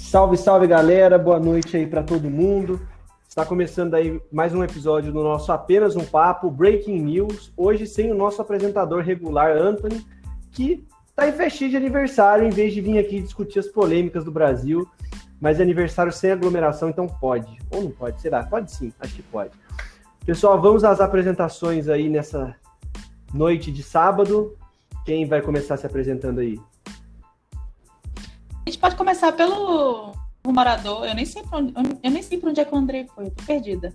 Salve, salve, galera. Boa noite aí para todo mundo. Está começando aí mais um episódio do nosso Apenas um Papo, Breaking News. Hoje sem o nosso apresentador regular, Anthony, que está em festinha de aniversário, em vez de vir aqui discutir as polêmicas do Brasil. Mas é aniversário sem aglomeração, então pode. Ou não pode? Será? Pode sim, acho que pode. Pessoal, vamos às apresentações aí nessa noite de sábado. Quem vai começar se apresentando aí? A gente pode começar pelo morador. Eu nem sei pra onde é que o Andrei foi. Eu tô perdida.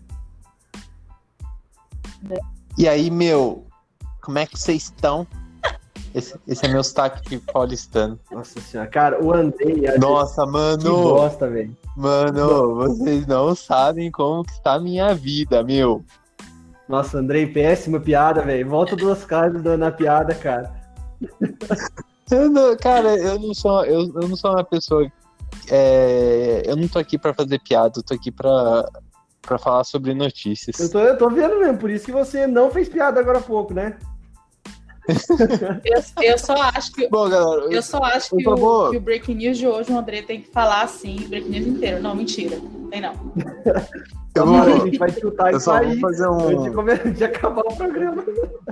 E aí, como é que vocês estão? Esse é meu sotaque paulistano. Nossa senhora, cara, o Andrei... Nossa, mano! Que bosta, velho. Mano, vocês não sabem como que está a minha vida, meu. Nossa, Andrei, péssima piada, velho. Volta duas caras na piada, cara. Eu não sou uma pessoa... eu não tô aqui pra fazer piada, eu tô aqui pra falar sobre notícias. Eu tô vendo mesmo, por isso que você não fez piada agora há pouco, né? Eu só acho que, Bom, galera, que o Breaking News de hoje, o André tem que falar assim, o Breaking News inteiro. Não, mentira. Tem não. A gente vai chutar eu isso só aí vou fazer antes de acabar o programa.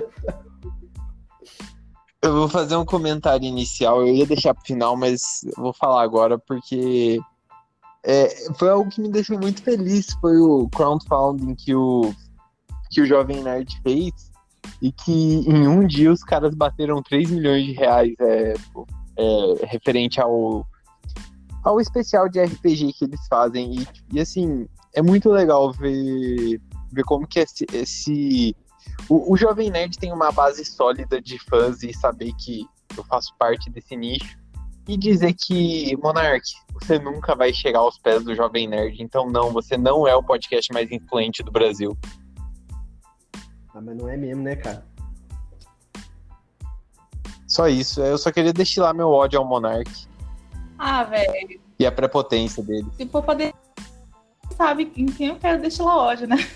Eu vou fazer um comentário inicial, eu ia deixar pro final, mas eu vou falar agora porque foi algo que me deixou muito feliz, foi o crowdfunding que o Jovem Nerd fez e que em um dia os caras bateram 3 milhões de reais referente ao especial de RPG que eles fazem e assim, é muito legal ver como que o Jovem Nerd tem uma base sólida de fãs e saber que eu faço parte desse nicho e dizer que, Monark, você nunca vai chegar aos pés do Jovem Nerd, então não, você não é o podcast mais influente do Brasil. Ah, mas não é mesmo, né, cara? Só isso, eu só queria destilar meu ódio ao Monark. Ah, velho. E a prepotência dele. Se for poder, sabe em quem eu quero destilar ódio, né?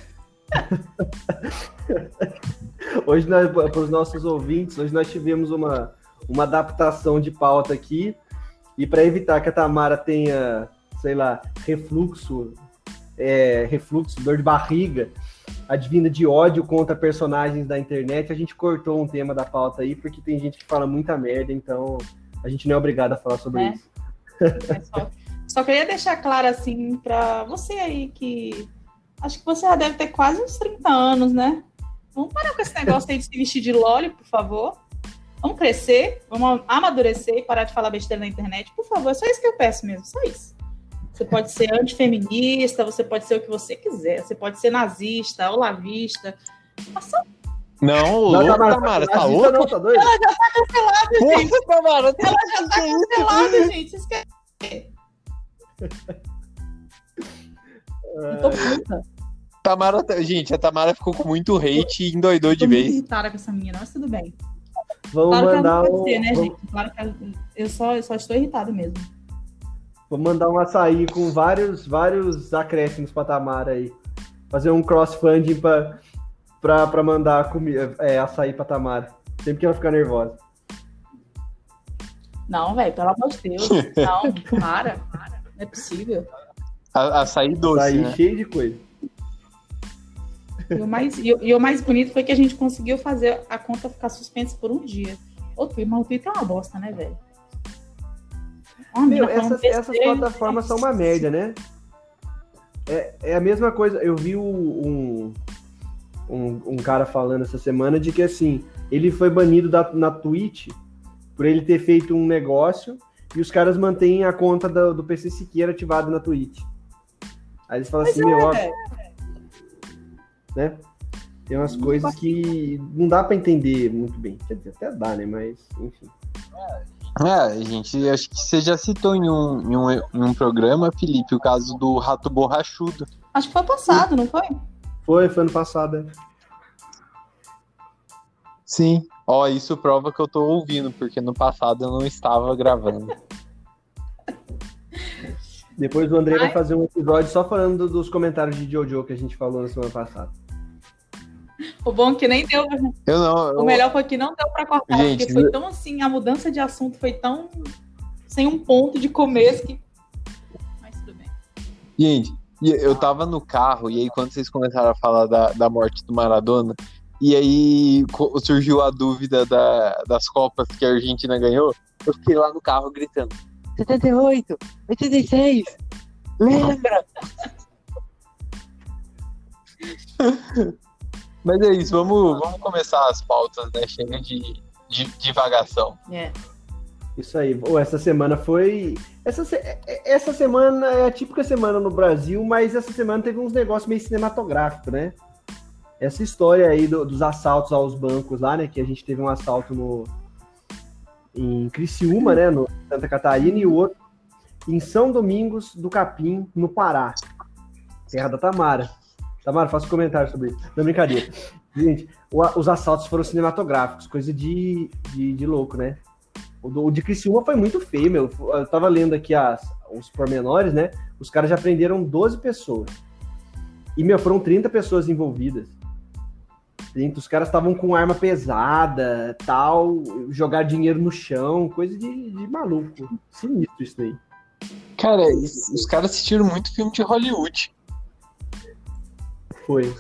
Hoje, para os nossos ouvintes, hoje nós tivemos uma adaptação de pauta aqui e para evitar que a Tamara tenha, sei lá, refluxo, dor de barriga, advinda de ódio contra personagens da internet, a gente cortou um tema da pauta aí, porque tem gente que fala muita merda, então a gente não é obrigado a falar sobre isso. Só queria deixar claro assim para você aí que acho que você já deve ter quase uns 30 anos, né? Vamos parar com esse negócio aí de se vestir de loli, por favor. Vamos crescer, vamos amadurecer e parar de falar besteira na internet, por favor. É só isso que eu peço mesmo, só isso. Você pode ser antifeminista, você pode ser o que você quiser. Você pode ser nazista, olavista. Nossa. Não, Tamara, tá louca? Não, tá doido? Ela já tá cancelada, gente. Tamara, Ela já tá cancelada, gente. Vocês querem... Eu tô puta. Gente, a Tamara ficou com muito hate e endoidou de vez. vez. Tô muito irritada com essa menina, mas tudo bem. Vamos claro mandar que ela não pode ser, né, gente? Claro que eu só estou irritada mesmo. Vou mandar um açaí com vários acréscimos pra Tamara aí. Fazer um crossfunding pra mandar açaí pra Tamara. Sempre que ela ficar nervosa. Não, velho, pelo amor de Deus. Não, para. Não é possível. Açaí doce, Açaí né? cheio de coisa. E o mais bonito foi que a gente conseguiu fazer a conta ficar suspensa por um dia. O Twitter é uma bosta, né, velho? Essas plataformas são uma merda, né? É a mesma coisa. Eu vi um cara falando essa semana de que, assim, ele foi banido na Twitch por ele ter feito um negócio e os caras mantêm a conta do PC Siqueira ativada na Twitch. Aí eles falam assim, né? Tem umas coisas que não dá pra entender muito bem. Quer dizer, até dá, né? Mas, enfim. Gente, acho que você já citou em um programa, Felipe, o caso do Rato Borrachudo. Acho que foi passado, não foi? Foi ano passado. Sim. Isso prova que eu tô ouvindo, porque no passado eu não estava gravando. Depois o André vai fazer um episódio só falando dos comentários de Jojo que a gente falou na semana passada. O bom é que nem deu. O melhor foi que não deu pra cortar, gente, porque foi tão assim, a mudança de assunto foi tão sem um ponto de começo que. Gente, eu tava no carro, e aí quando vocês começaram a falar da morte do Maradona, e aí surgiu a dúvida das Copas que a Argentina ganhou, eu fiquei lá no carro gritando: 78, 86, lembra? Mas é isso, vamos começar as pautas, né? Chega de divagação. Isso aí. Essa semana foi... Essa semana é a típica semana no Brasil, mas essa semana teve uns negócios meio cinematográficos, né? Essa história aí dos assaltos aos bancos lá, né? Que a gente teve um assalto em Criciúma, né? No Santa Catarina, e o outro em São Domingos do Capim, no Pará. Terra da Tamara. Tamara, faça um comentário sobre isso. Não, brincadeira. Gente, os assaltos foram cinematográficos, coisa de louco, né? O de Criciúma foi muito feio, meu. Eu tava lendo aqui os pormenores, né? Os caras já prenderam 12 pessoas. E, meu, foram 30 pessoas envolvidas. Os caras estavam com arma pesada, tal, jogar dinheiro no chão, coisa de maluco. Sinistro isso aí. Cara, os caras assistiram muito filme de Hollywood. Foi.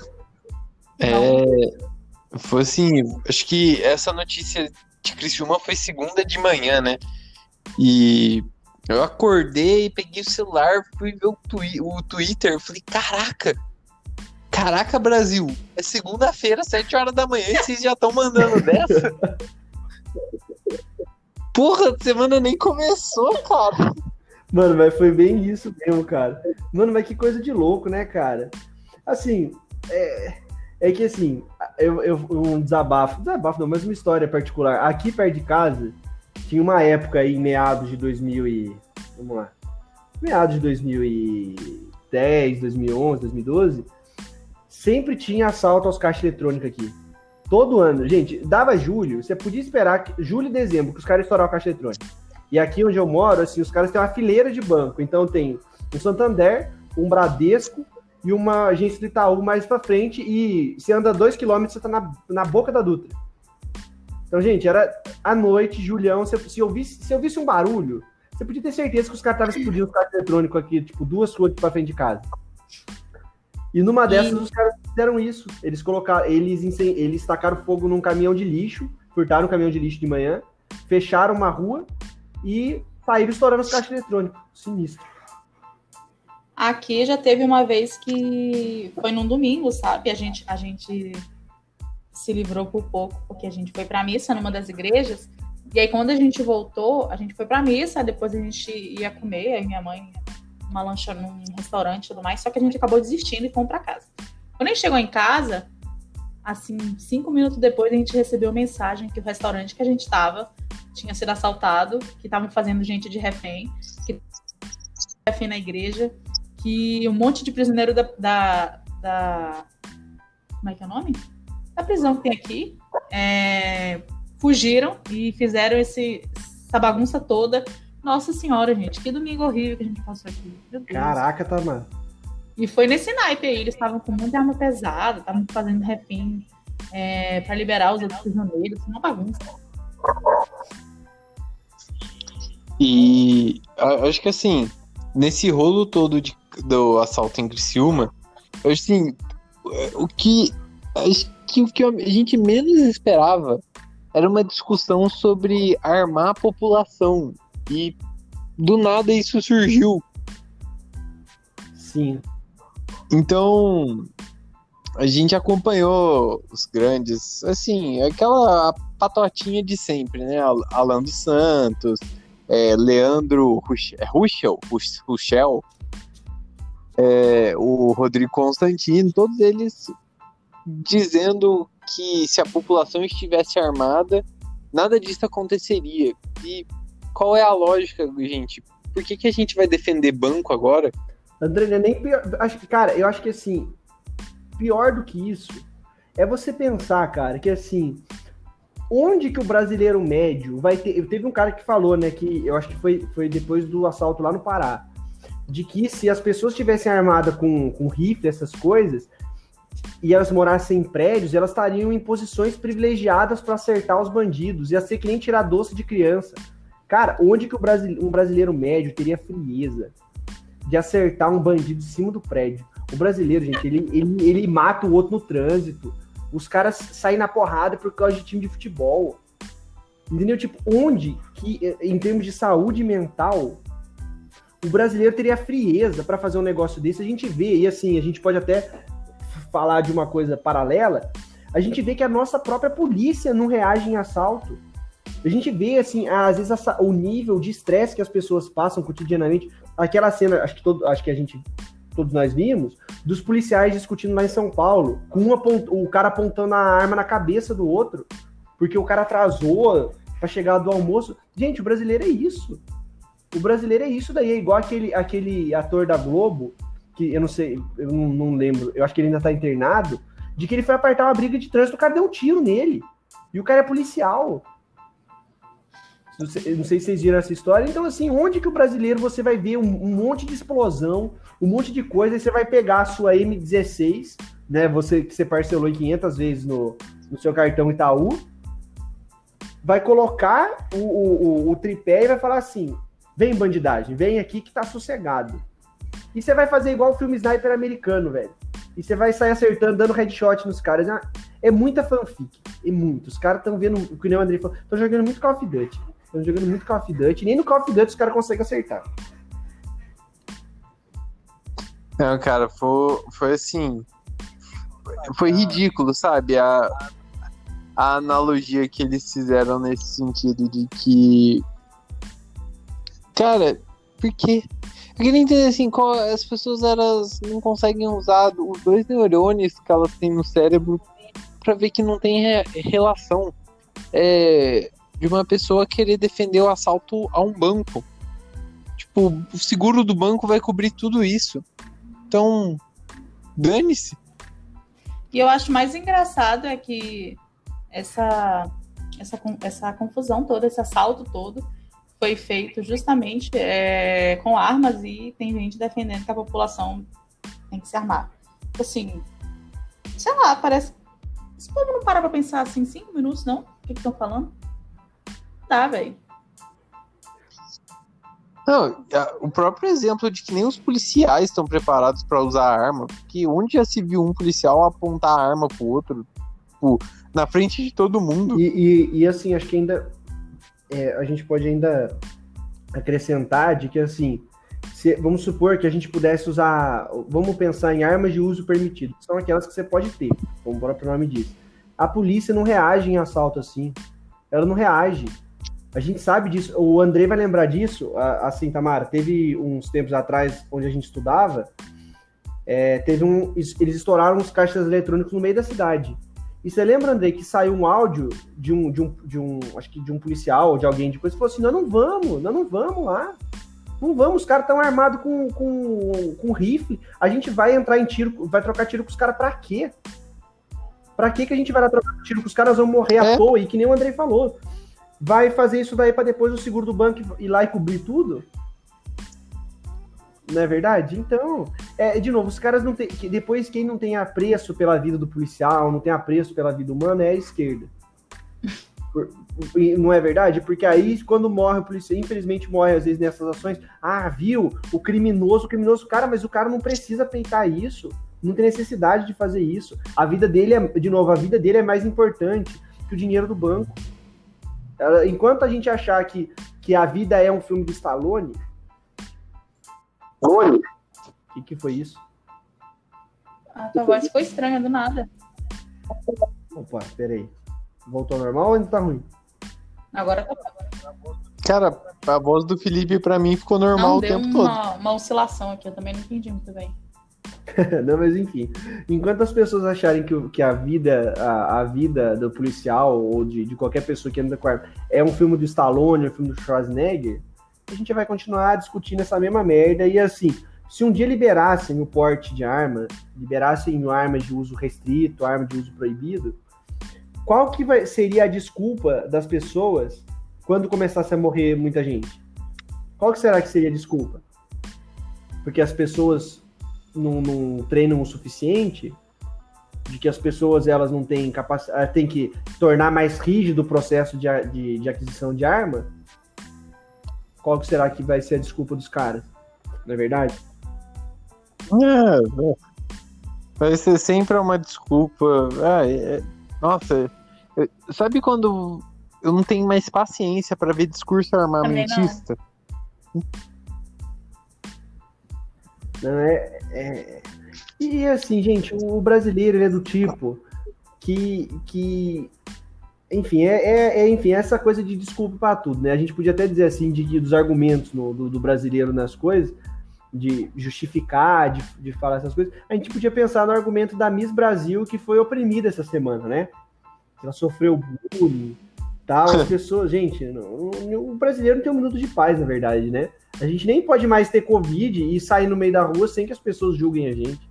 Foi assim, acho que essa notícia de Criciúma foi segunda de manhã, né? E eu acordei, peguei o celular, fui ver o Twitter, eu falei, caraca, Brasil, é segunda-feira, 7 horas da manhã, e vocês já estão mandando dessa? Porra, a semana nem começou, cara. Mano, mas foi bem isso mesmo, cara. Mano, mas que coisa de louco, né, cara? Assim, é que assim, um desabafo não, mas uma história particular. Aqui perto de casa, tinha uma época aí, meados de 2010, 2011, 2012, sempre tinha assalto aos caixas eletrônicos aqui. Todo ano. Gente, dava julho, você podia esperar julho e dezembro que os caras estouravam o caixa eletrônico. E aqui onde eu moro, assim, os caras têm uma fileira de banco. Então tem um Santander, um Bradesco e uma agência do Itaú mais pra frente, e você anda 2 km, você tá na boca da Dutra. Então, gente, era à noite, Julião, se eu visse um barulho, você podia ter certeza que os caras estavam explodindo os carros eletrônicos aqui, tipo, 2 ruas pra frente de casa. E numa dessas, os caras fizeram isso. Eles tacaram fogo num caminhão de lixo, furtaram um caminhão de lixo de manhã, fecharam uma rua e saíram estourando os caixas eletrônicos. Sinistro. Aqui já teve uma vez que foi num domingo, sabe? A gente se livrou por pouco, porque a gente foi pra missa numa das igrejas, e aí quando a gente voltou, a gente foi pra missa, depois a gente ia comer, aí minha mãe, uma lancha num restaurante e tudo mais, só que a gente acabou desistindo e fomos pra casa. Quando a gente chegou em casa, assim, 5 minutos depois a gente recebeu mensagem que o restaurante que a gente tava tinha sido assaltado, que estavam fazendo gente de refém, na igreja, que um monte de prisioneiro da como é que é o nome? Da prisão que tem aqui, fugiram e fizeram essa bagunça toda. Nossa senhora, gente, que domingo horrível que a gente passou aqui. Meu Deus. Caraca, tá, mano. E foi nesse naipe aí, eles estavam com muita arma pesada, estavam fazendo refém para liberar os outros prisioneiros, uma bagunça. E acho que assim, nesse rolo todo do assalto em Criciúma, assim, o que a gente menos esperava era uma discussão sobre armar a população. E do nada isso surgiu. Sim. Então, a gente acompanhou os grandes, assim, aquela patotinha de sempre, né? Alan dos Santos, Leandro Ruschel, o Rodrigo Constantino, todos eles dizendo que se a população estivesse armada, nada disso aconteceria. E qual é a lógica, gente? Por que a gente vai defender banco agora? André, não é nem pior. Cara, eu acho que assim, pior do que isso é você pensar, cara, que assim, onde que o brasileiro médio vai ter... Teve um cara que falou, né, que eu acho que foi depois do assalto lá no Pará, de que se as pessoas estivessem armadas com rifle, essas coisas, e elas morassem em prédios, elas estariam em posições privilegiadas para acertar os bandidos, ia ser que nem tirar doce de criança. Cara, onde que um brasileiro médio teria frieza de acertar um bandido em cima do prédio. O brasileiro, gente, ele mata o outro no trânsito. Os caras saem na porrada por causa de time de futebol. Entendeu? Tipo, onde que, em termos de saúde mental, o brasileiro teria frieza para fazer um negócio desse? A gente vê, e assim, a gente pode até falar de uma coisa paralela, a gente vê que a nossa própria polícia não reage em assalto. A gente vê, assim, às vezes o nível de estresse que as pessoas passam cotidianamente. Aquela cena, acho que todos nós vimos, dos policiais discutindo lá em São Paulo, com o cara apontando a arma na cabeça do outro, porque o cara atrasou para chegar do almoço. Gente, o brasileiro é isso. O brasileiro é isso daí. É igual aquele ator da Globo, que eu não sei, eu não lembro, eu acho que ele ainda tá internado, de que ele foi apartar uma briga de trânsito, o cara deu um tiro nele. E o cara é policial. Não sei se vocês viram essa história. Então, assim, onde que o brasileiro você vai ver um monte de explosão, um monte de coisa, e você vai pegar a sua M16, né, que você parcelou em 500 vezes no seu cartão Itaú, vai colocar o tripé e vai falar assim, vem bandidagem, vem aqui que tá sossegado. E você vai fazer igual o filme Sniper americano, velho. E você vai sair acertando, dando headshot nos caras. É muita fanfic, é muito. Os caras estão vendo, o que o André falou, estão jogando muito Call of Duty. Nem no Call of Duty os caras conseguem acertar. Não, cara, foi assim. Foi ridículo, sabe? A analogia que eles fizeram nesse sentido de que. Cara, por quê? Eu queria entender assim, as pessoas elas não conseguem usar os 2 neurônios que elas têm no cérebro pra ver que não tem relação. De uma pessoa querer defender o assalto a um banco. Tipo, o seguro do banco vai cobrir tudo isso. Então, dane-se. E eu acho mais engraçado é que essa confusão toda, esse assalto todo, foi feito justamente com armas e tem gente defendendo que a população tem que se armar. Assim, sei lá, parece... Esse povo não para pra pensar assim 5 minutos, não? O que estão falando? Tá, velho. Não, o próprio exemplo de que nem os policiais estão preparados para usar arma, porque onde já se viu um policial apontar a arma pro outro, tipo, na frente de todo mundo? E assim, acho que ainda a gente pode ainda acrescentar de que, assim, vamos supor que a gente pudesse usar, vamos pensar em armas de uso permitido, que são aquelas que você pode ter, como o próprio nome diz. A polícia não reage em assalto assim, ela não reage. A gente sabe disso, o André vai lembrar disso, assim, Tamara, teve uns tempos atrás, onde a gente estudava, eles estouraram uns caixas eletrônicos no meio da cidade. E você lembra, André, que saiu um áudio acho que de um policial, ou de alguém de coisa, que falou assim, nós não vamos lá. Não vamos, os caras estão armados com rifle, a gente vai entrar em tiro, vai trocar tiro com os caras pra quê? Pra quê que a gente vai lá trocar tiro com os caras, vão morrer à toa, e que nem o André falou. Vai fazer isso daí pra depois o seguro do banco ir lá e cobrir tudo? Não é verdade? Então, de novo, os caras não têm... Depois, quem não tem apreço pela vida do policial, não tem apreço pela vida humana, é a esquerda. Não é verdade? Porque aí, quando morre o policial, infelizmente morre às vezes nessas ações, viu? O criminoso, cara, mas o cara não precisa peitar isso, não tem necessidade de fazer isso. A vida dele é mais importante que o dinheiro do banco. Enquanto a gente achar que a vida é um filme do Stallone... Oi? O que foi isso? Tua voz ficou estranha do nada. Opa, peraí. Voltou ao normal ou ainda tá ruim? Agora tá. Cara, a voz do Felipe pra mim ficou normal o tempo todo. Uma oscilação aqui, eu também não entendi muito bem. Não, mas enfim. Enquanto as pessoas acharem que a vida do policial ou de qualquer pessoa que anda com arma é um filme do Stallone, um filme do Schwarzenegger, a gente vai continuar discutindo essa mesma merda. E assim, se um dia liberassem o porte de arma, liberassem armas de uso restrito, arma de uso proibido, qual que seria a desculpa das pessoas quando começasse a morrer muita gente? Qual que será que seria a desculpa? Porque as pessoas não treinam o suficiente? De que as pessoas elas não têm capacidade, tem que tornar mais rígido o processo de aquisição de arma? Qual que será que vai ser a desculpa dos caras? Não é verdade? Vai ser sempre uma desculpa. Nossa, sabe quando eu não tenho mais paciência pra ver discurso armamentista? E assim, gente, o brasileiro ele é do tipo que enfim, enfim, essa coisa de desculpa para tudo, né? A gente podia até dizer assim, dos argumentos do brasileiro nas coisas, de justificar, de falar essas coisas, a gente podia pensar no argumento da Miss Brasil, que foi oprimida essa semana, né? Ela sofreu bullying, tal, as pessoas... Gente, o brasileiro não tem um minuto de paz, na verdade, né? A gente nem pode mais ter Covid e sair no meio da rua sem que as pessoas julguem a gente.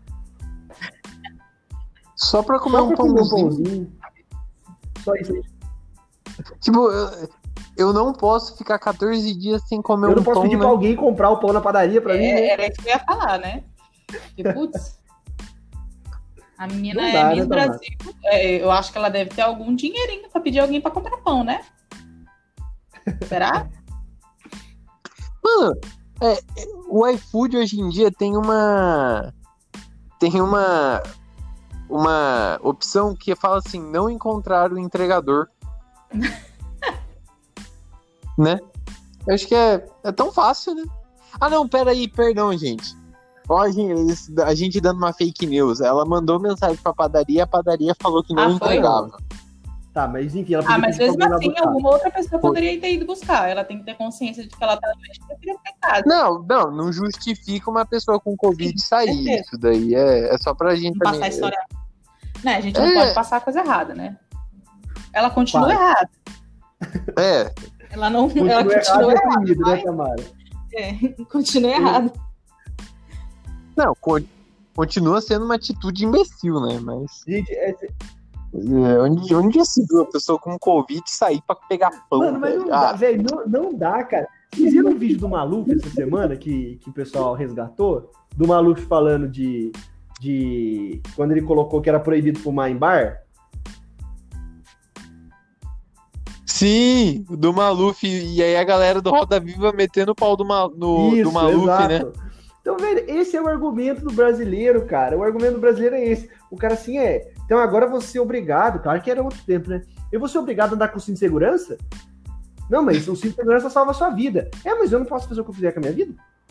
Só pra comer um pãozinho. Só isso aí. Tipo, eu não posso ficar 14 dias sem comer um pão. Eu não posso pedir pra alguém comprar o pão na padaria pra mim, né? Era isso que eu ia falar, né? E, putz, a menina é Miss Brasil. Eu acho que ela deve ter algum dinheirinho pra pedir alguém pra comprar pão, né? Será? Mano, o iFood hoje em dia tem uma opção que fala assim, não encontrar o entregador. Né? Eu acho que é tão fácil, né? Ah, não, perdão, gente. Ó, a gente dando uma fake news. Ela mandou mensagem pra padaria, a padaria falou que não entregava. Tá, mas enfim, ela mas mesmo assim, alguma outra pessoa poderia ter ido buscar. Ela tem que ter consciência de que ela tá doente pra ter casa. Não justifica uma pessoa com Covid sair. Isso daí é só pra gente passar a história. Né, a gente não pode passar a coisa errada, né? Ela continua errada. Ela continua errada. Né, Tamara? Continua errada. Não, continua sendo uma atitude imbecil, né? Mas... Gente, onde já se viu a pessoa com Covid sair pra pegar pão? Mano, mas não dá, velho. Não dá, cara. Vocês viram um vídeo do Maluf essa semana que o pessoal resgatou? Do Maluf falando de quando ele colocou que era proibido fumar em bar? Sim, do Maluf. E aí a galera do Roda Viva metendo o pau do Maluf, exato. né? Então, velho, esse é o argumento do brasileiro, cara. O argumento do brasileiro é esse. O cara assim então agora você é obrigado, claro que era outro tempo, né? Eu vou ser obrigado a andar com cinto de segurança? Não, mas o cinto de segurança salva a sua vida. Mas eu não posso fazer o que eu quiser com a minha vida?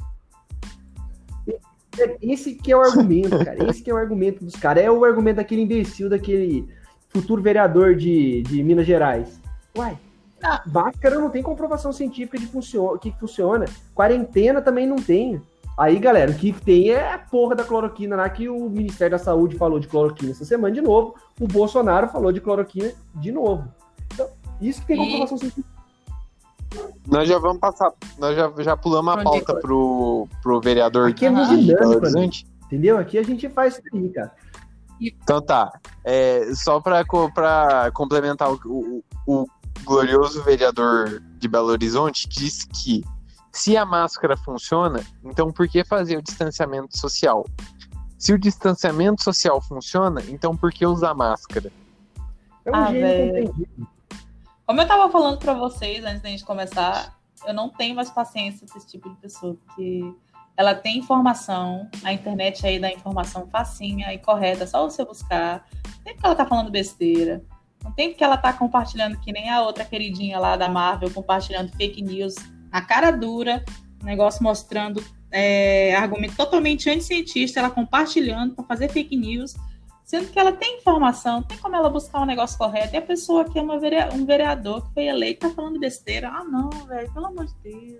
Esse que é o argumento, cara. Esse que é o argumento dos caras. É o argumento daquele imbecil, daquele futuro vereador de Minas Gerais. Uai, máscara não tem comprovação científica que funciona. Quarentena também não tem. Aí, galera, o que tem é a porra da cloroquina lá, que o Ministério da Saúde falou de cloroquina essa semana de novo. O Bolsonaro falou de cloroquina de novo. Então, isso que tem comprovação científica. Nós já vamos passar, nós já pulamos a pauta pro vereador aqui é muito dinâmico, entendeu? Aqui a gente faz isso aí, cara. Então tá, só pra complementar o glorioso vereador de Belo Horizonte disse que se a máscara funciona, então por que fazer o distanciamento social? Se o distanciamento social funciona, então por que usar máscara? É um gênio compreendido. Como eu tava falando pra vocês antes da gente começar, eu não tenho mais paciência com esse tipo de pessoa, porque ela tem informação, a internet aí dá informação facinha e correta, só você buscar. Não tem porque ela tá falando besteira, não tem porque ela tá compartilhando que nem a outra queridinha lá da Marvel, compartilhando fake news na cara dura, negócio mostrando argumento totalmente anticientista, ela compartilhando para fazer fake news, sendo que ela tem informação, tem como ela buscar um negócio correto, e a pessoa que é um vereador que foi eleito tá falando besteira. Não, velho, pelo amor de Deus.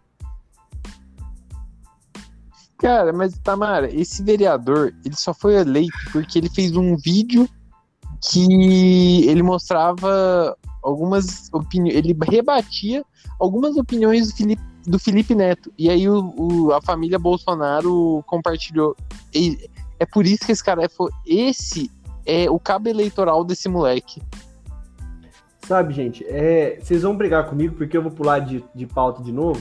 Cara, mas Tamara, esse vereador, ele só foi eleito porque ele fez um vídeo que ele mostrava algumas opiniões, ele rebatia algumas opiniões do Felipe Neto, e aí a família Bolsonaro compartilhou. É por isso que esse cara esse é o cabo eleitoral desse moleque. Sabe, gente, vocês vão brigar comigo porque eu vou pular de pauta de novo.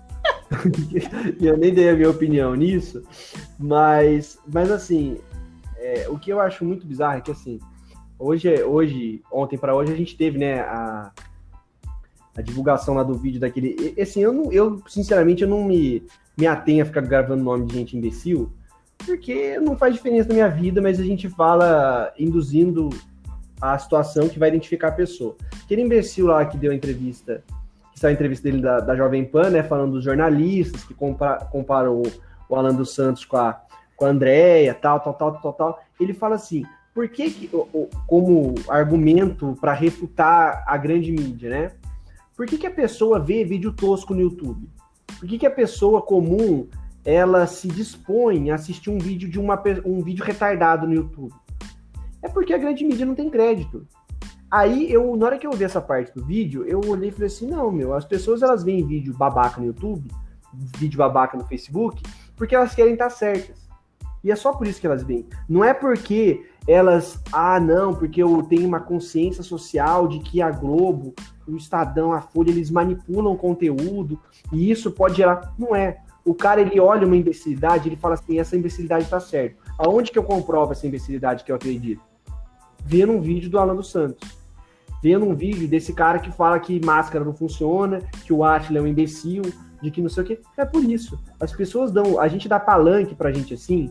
E eu nem dei a minha opinião nisso, mas assim, o que eu acho muito bizarro é que assim, ontem para hoje a gente teve, né, a divulgação lá do vídeo daquele, assim, eu sinceramente eu não me atenho a ficar gravando nome de gente imbecil, porque não faz diferença na minha vida, mas a gente fala induzindo a situação que vai identificar a pessoa. Aquele imbecil lá que deu a entrevista, que saiu a entrevista dele da Jovem Pan, né, falando dos jornalistas, que comparam o Alan dos Santos com a Andréia, tal, ele fala assim, por que como argumento para refutar a grande mídia, né? Por que a pessoa vê vídeo tosco no YouTube? Por que a pessoa comum, ela se dispõe a assistir um vídeo de um vídeo retardado no YouTube? É porque a grande mídia não tem crédito. Aí, na hora que eu vi essa parte do vídeo, eu olhei e falei assim, não, meu, as pessoas, elas veem vídeo babaca no YouTube, vídeo babaca no Facebook, porque elas querem estar certas. E é só por isso que elas veem. Não é porque elas, não, porque eu tenho uma consciência social de que a Globo, o Estadão, a Folha, eles manipulam o conteúdo, e isso pode gerar... Não é. O cara, ele olha uma imbecilidade, ele fala assim, essa imbecilidade tá certa. Aonde que eu comprovo essa imbecilidade que eu acredito? Vendo um vídeo do Alan dos Santos. Vendo um vídeo desse cara que fala que máscara não funciona, que o Átila é um imbecil, de que não sei o quê. É por isso. As pessoas a gente dá palanque pra gente assim,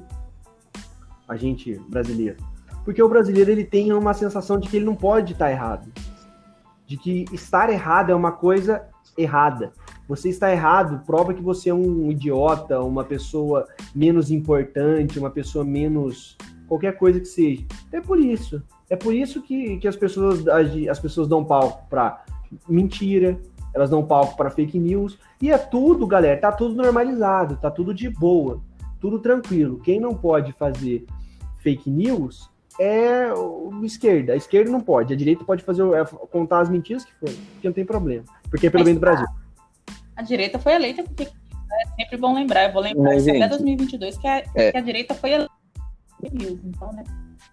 a gente brasileiro. Porque o brasileiro, ele tem uma sensação de que ele não pode estar errado. De que estar errado é uma coisa errada. Você está errado, prova que você é um idiota, uma pessoa menos importante, uma pessoa menos... qualquer coisa que seja. É por isso. É por isso que as pessoas dão palco para mentira, elas dão palco para fake news. E é tudo, galera, tá tudo normalizado, tá tudo de boa, tudo tranquilo. Quem não pode fazer fake news é o esquerda. A esquerda não pode, a direita pode contar as mentiras que for, que não tem problema. Porque é pelo bem do Brasil. A direita foi eleita porque é sempre bom lembrar. Eu vou lembrar isso até 2022, que a direita foi eleita. Então, né?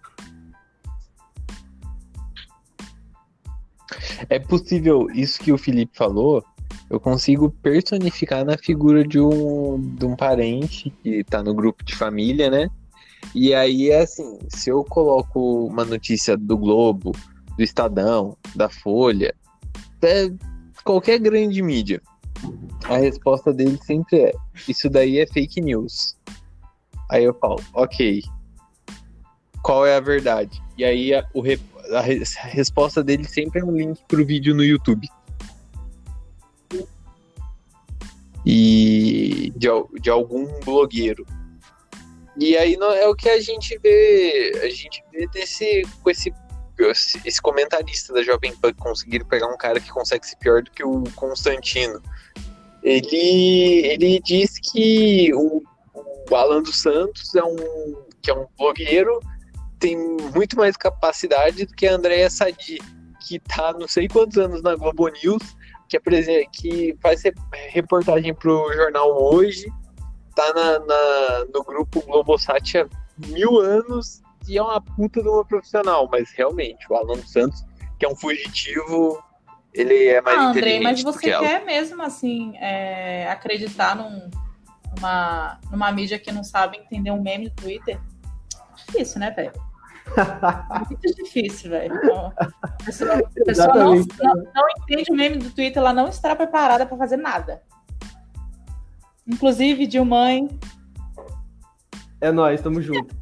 É possível, isso que o Felipe falou, eu consigo personificar na figura de um parente que tá no grupo de família, né? E aí, assim, se eu coloco uma notícia do Globo, do Estadão, da Folha, até qualquer grande mídia, a resposta dele sempre é, isso daí é fake news. Aí eu falo, ok, qual é a verdade? E aí a resposta dele sempre é um link pro vídeo no YouTube. E de algum blogueiro. E aí é o que a gente vê com esse comentarista da Jovem Pan, que conseguiram pegar um cara que consegue ser pior do que o Constantino. Ele diz que o Alan dos Santos que é um blogueiro, tem muito mais capacidade do que a Andréia Sadi, que tá não sei quantos anos na Globo News, que faz reportagem pro jornal Hoje, tá no grupo Globosat há 1000 anos e é uma puta de uma profissional, mas realmente, o Alan dos Santos, que é um fugitivo, ele é mais inteligente. André, mas você quer mesmo, assim, acreditar numa mídia que não sabe entender um meme do Twitter? Difícil, né, velho? Muito difícil, velho. A pessoa não entende o meme do Twitter, ela não está preparada para fazer nada. Inclusive, Dilmãe. É nóis, tamo junto.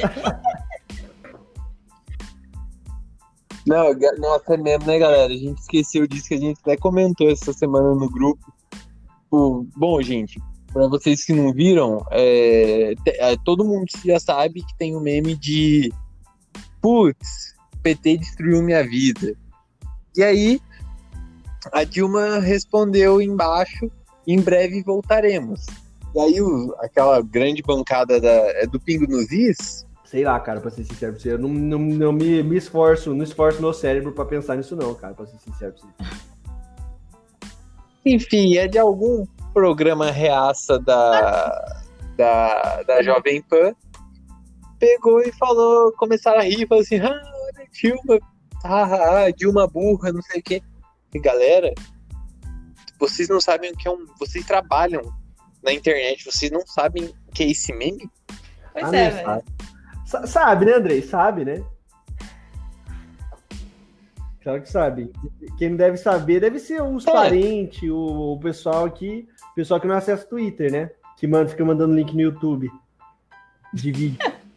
Não, nossa, é mesmo, né, galera? A gente esqueceu disso, que a gente até comentou essa semana no grupo. Bom, gente, pra vocês que não viram, todo mundo já sabe que tem um meme de putz, PT destruiu minha vida. E aí, a Dilma respondeu embaixo, em breve voltaremos. E aí, aquela grande bancada do Pingo nos Is... Sei lá, cara, pra ser sincero pra você, eu não me esforço, não esforço meu cérebro pra pensar nisso não, cara, pra ser sincero pra você. Enfim, é de algum programa reaça da Jovem Pan, pegou e falou, começaram a rir, falou assim, olha, Dilma, Dilma burra, não sei o quê. E galera, vocês não sabem o que é vocês trabalham na internet, vocês não sabem o que é esse meme? Pois velho. Sabe, né, Andrei? Sabe, né? Claro que sabe. Quem não deve saber deve ser os parentes, o pessoal que não acessa o Twitter, né? Que fica mandando link no YouTube. de vídeo.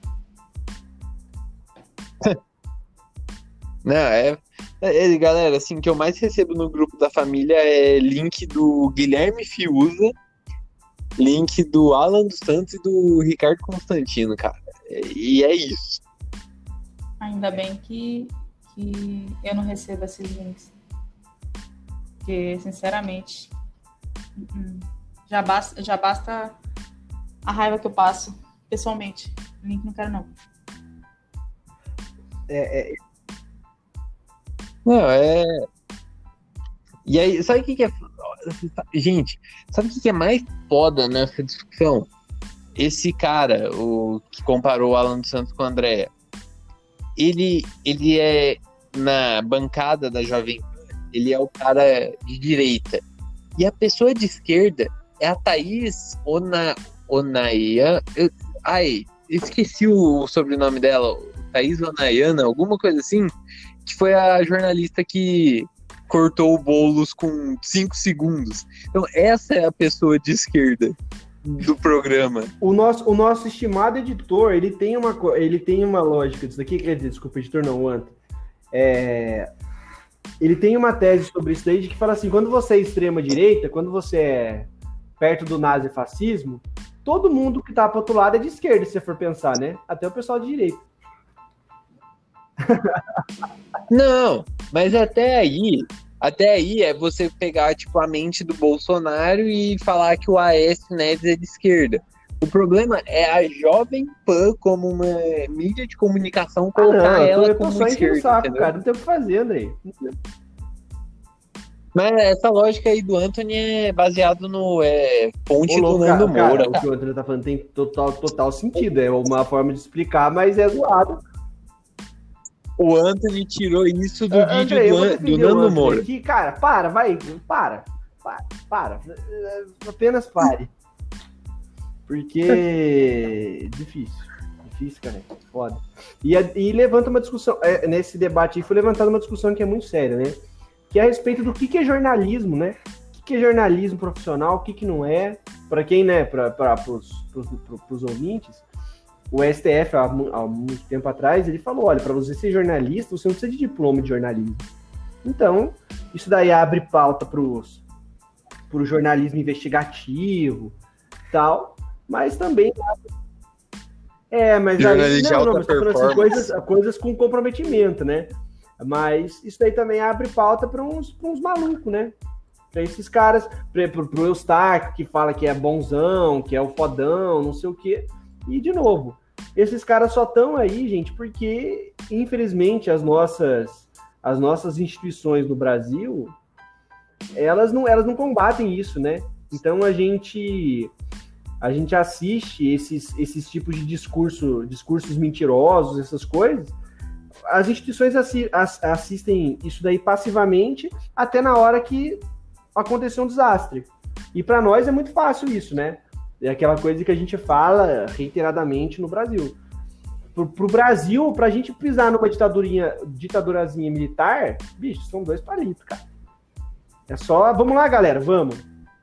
Não, galera, assim, o que eu mais recebo no grupo da família é link do Guilherme Fiuza, link do Alan dos Santos e do Ricardo Constantino, cara. E é isso. Ainda bem que eu não recebo esses links. Porque, sinceramente, já basta a raiva que eu passo pessoalmente. Link não quero, não. Não, E aí, sabe o que é... Gente, sabe o que é mais foda nessa discussão? Esse cara, o que comparou o Alan dos Santos com o Andréa, ele é, na bancada da Jovem Pan, ele é o cara de direita. E a pessoa de esquerda é a Thaís Onaia. Esqueci o sobrenome dela. Thaís Onaiana, alguma coisa assim, que foi a jornalista que cortou o Boulos com 5 segundos. Então, essa é a pessoa de esquerda do programa. O nosso estimado editor, ele tem uma lógica disso aqui, quer dizer, desculpa, editor não, o Ant. Ele tem uma tese sobre isso daí, de que fala assim, quando você é extrema-direita, quando você é perto do nazifascismo, todo mundo que tá pro outro lado é de esquerda, se você for pensar, né? Até o pessoal de direita. Não, mas até aí é você pegar, tipo, a mente do Bolsonaro e falar que o Aécio Neves é de esquerda. O problema é a Jovem Pan, como uma mídia de comunicação, colocar ela como só esquerda. Saco, cara, não tem o que fazer, Andrei. Mas essa lógica aí do Anthony é baseado no fonte do Nando Moura. O que o Anthony tá falando tem total sentido. É uma forma de explicar, mas é zoado. O Anthony tirou isso do vídeo do Nando Moura. Aqui, cara, para. Apenas pare. Porque difícil, cara, foda. E levanta uma discussão, nesse debate aí foi levantada uma discussão que é muito séria, né? Que é a respeito do que é jornalismo, né? O que é jornalismo profissional, o que não é. Para quem, né, para os ouvintes, o STF, há muito tempo atrás, ele falou, olha, para você ser jornalista, você não precisa de diploma de jornalismo. Então, isso daí abre pauta para o jornalismo investigativo, mas também... mas aí... Não, mas tô falando assim, coisas com comprometimento, né? Mas isso daí também abre pauta para uns malucos, né? Para esses caras, pro Eustáquio, que fala que é bonzão, que é o fodão, não sei o quê. E, de novo, esses caras só estão aí, gente, porque, infelizmente, as nossas instituições no Brasil, elas não combatem isso, né? Então, a gente assiste esses tipos de discursos mentirosos, essas coisas. As instituições assistem isso daí passivamente até na hora que aconteceu um desastre. E para nós é muito fácil isso, né? É aquela coisa que a gente fala reiteradamente no Brasil. Pro Brasil, pra gente pisar numa ditadurazinha militar, bicho, são 2 palitos, cara. É só, vamos lá, galera, vamos.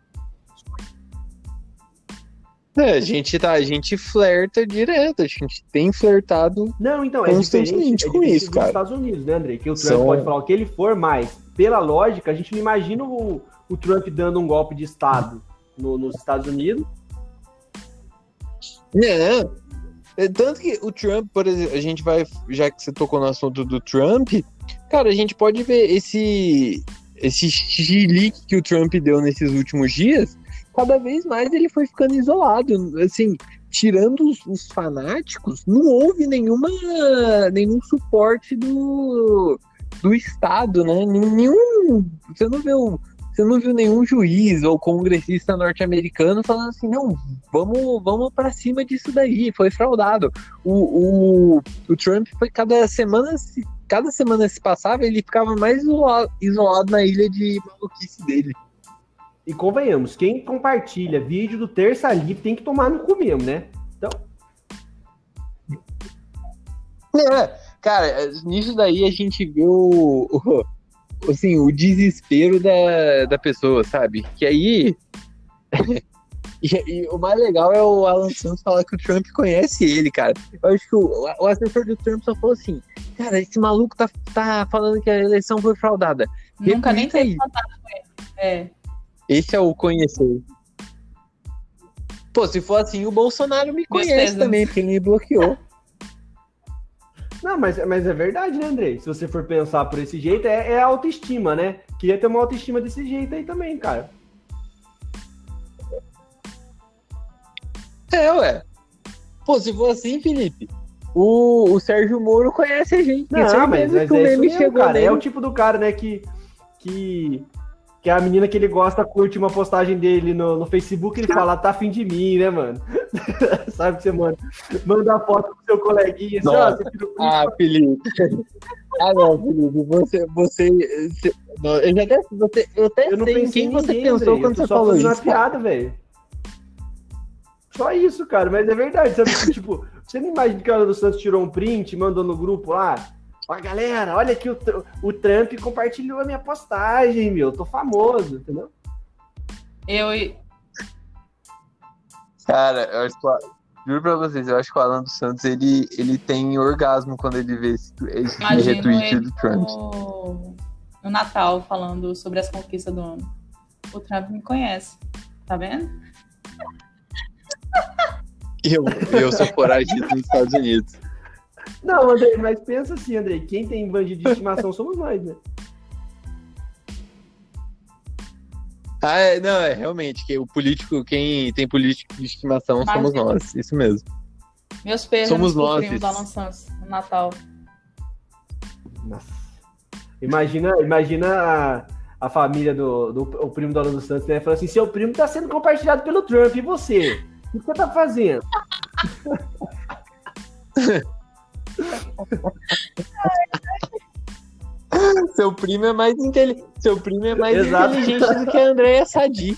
A gente flerta direto, a gente tem flertado. Não, então, é diferente com isso, cara. Nos Estados Unidos, né, André? Que o Trump pode falar o que ele for, mas, pela lógica, a gente não imagina o Trump dando um golpe de Estado nos Estados Unidos. Não. Tanto que o Trump, por exemplo, a gente vai, já que você tocou no assunto do Trump, cara, a gente pode ver esse chilique que o Trump deu nesses últimos dias. Cada vez mais ele foi ficando isolado, assim, tirando os fanáticos, não houve nenhum suporte do Estado, né? Você não viu nenhum juiz ou congressista norte-americano falando assim, não, vamos para cima disso daí, foi fraudado. O Trump foi cada semana se passava, ele ficava mais isolado na ilha de maluquice dele. E convenhamos, quem compartilha vídeo do Terça Livre tem que tomar no cu mesmo, né? Então... Cara, nisso daí a gente vê o desespero da pessoa, sabe? Que aí E o mais legal é o Alan Santos falar que o Trump conhece ele, cara. Eu acho que o assessor do Trump só falou assim, cara, esse maluco tá falando que a eleição foi fraudada. Nunca nem Repita teve aí. contato com ele. É. Esse é o conhecer. Pô, se for assim, o Bolsonaro me conhece pesos. também, porque ele me bloqueou. Não, mas é verdade, né, Andrei? Se você for pensar por esse jeito, é a autoestima, né? Queria ter uma autoestima desse jeito aí também, cara. Ué. Pô, se for assim, Felipe, o Sérgio Moro conhece a gente. Não, mas que o é isso meme mesmo, chegou cara. nele. É o tipo do cara, né, que a menina que ele gosta curte uma postagem dele no Facebook, ele fala, tá afim de mim, né, mano? Sabe que você manda a foto pro seu coleguinha, assim, ó, você tira o print. Ah, Felipe. Não, Felipe, não, eu até Eu não sei em pensei quem em você ninguém, pensou Andrei, quando eu tô você só falou fazendo isso. uma piada, velho. Só isso, cara, mas é verdade, sabe? Tipo, você não imagina que a Ana dos Santos tirou um print e mandou no grupo lá? Ó, galera, olha aqui, o Trump compartilhou a minha postagem, meu, tô famoso, entendeu? Cara, eu acho que, juro pra vocês, eu acho que o Alan dos Santos, ele tem orgasmo quando ele vê esse Imagino retweet ele do Trump. no Natal, falando sobre as conquistas do ano. O Trump me conhece, tá vendo? Eu sou foragido nos Estados Unidos. Não, Andrei, mas pensa assim, Andrei, quem tem bandido de estimação somos nós, né? Não, realmente, que o político, quem tem político de estimação Mas- somos nós, isso mesmo. Meus pêsames Somos pro nós, primo isso. do Alan Santos no Natal. Nossa. Imagina a família o primo do Alan dos Santos, né? Falando assim, seu primo tá sendo compartilhado pelo Trump, e você? O que você tá fazendo? Seu primo é mais, Exato. inteligente do que a Andréia Sadi.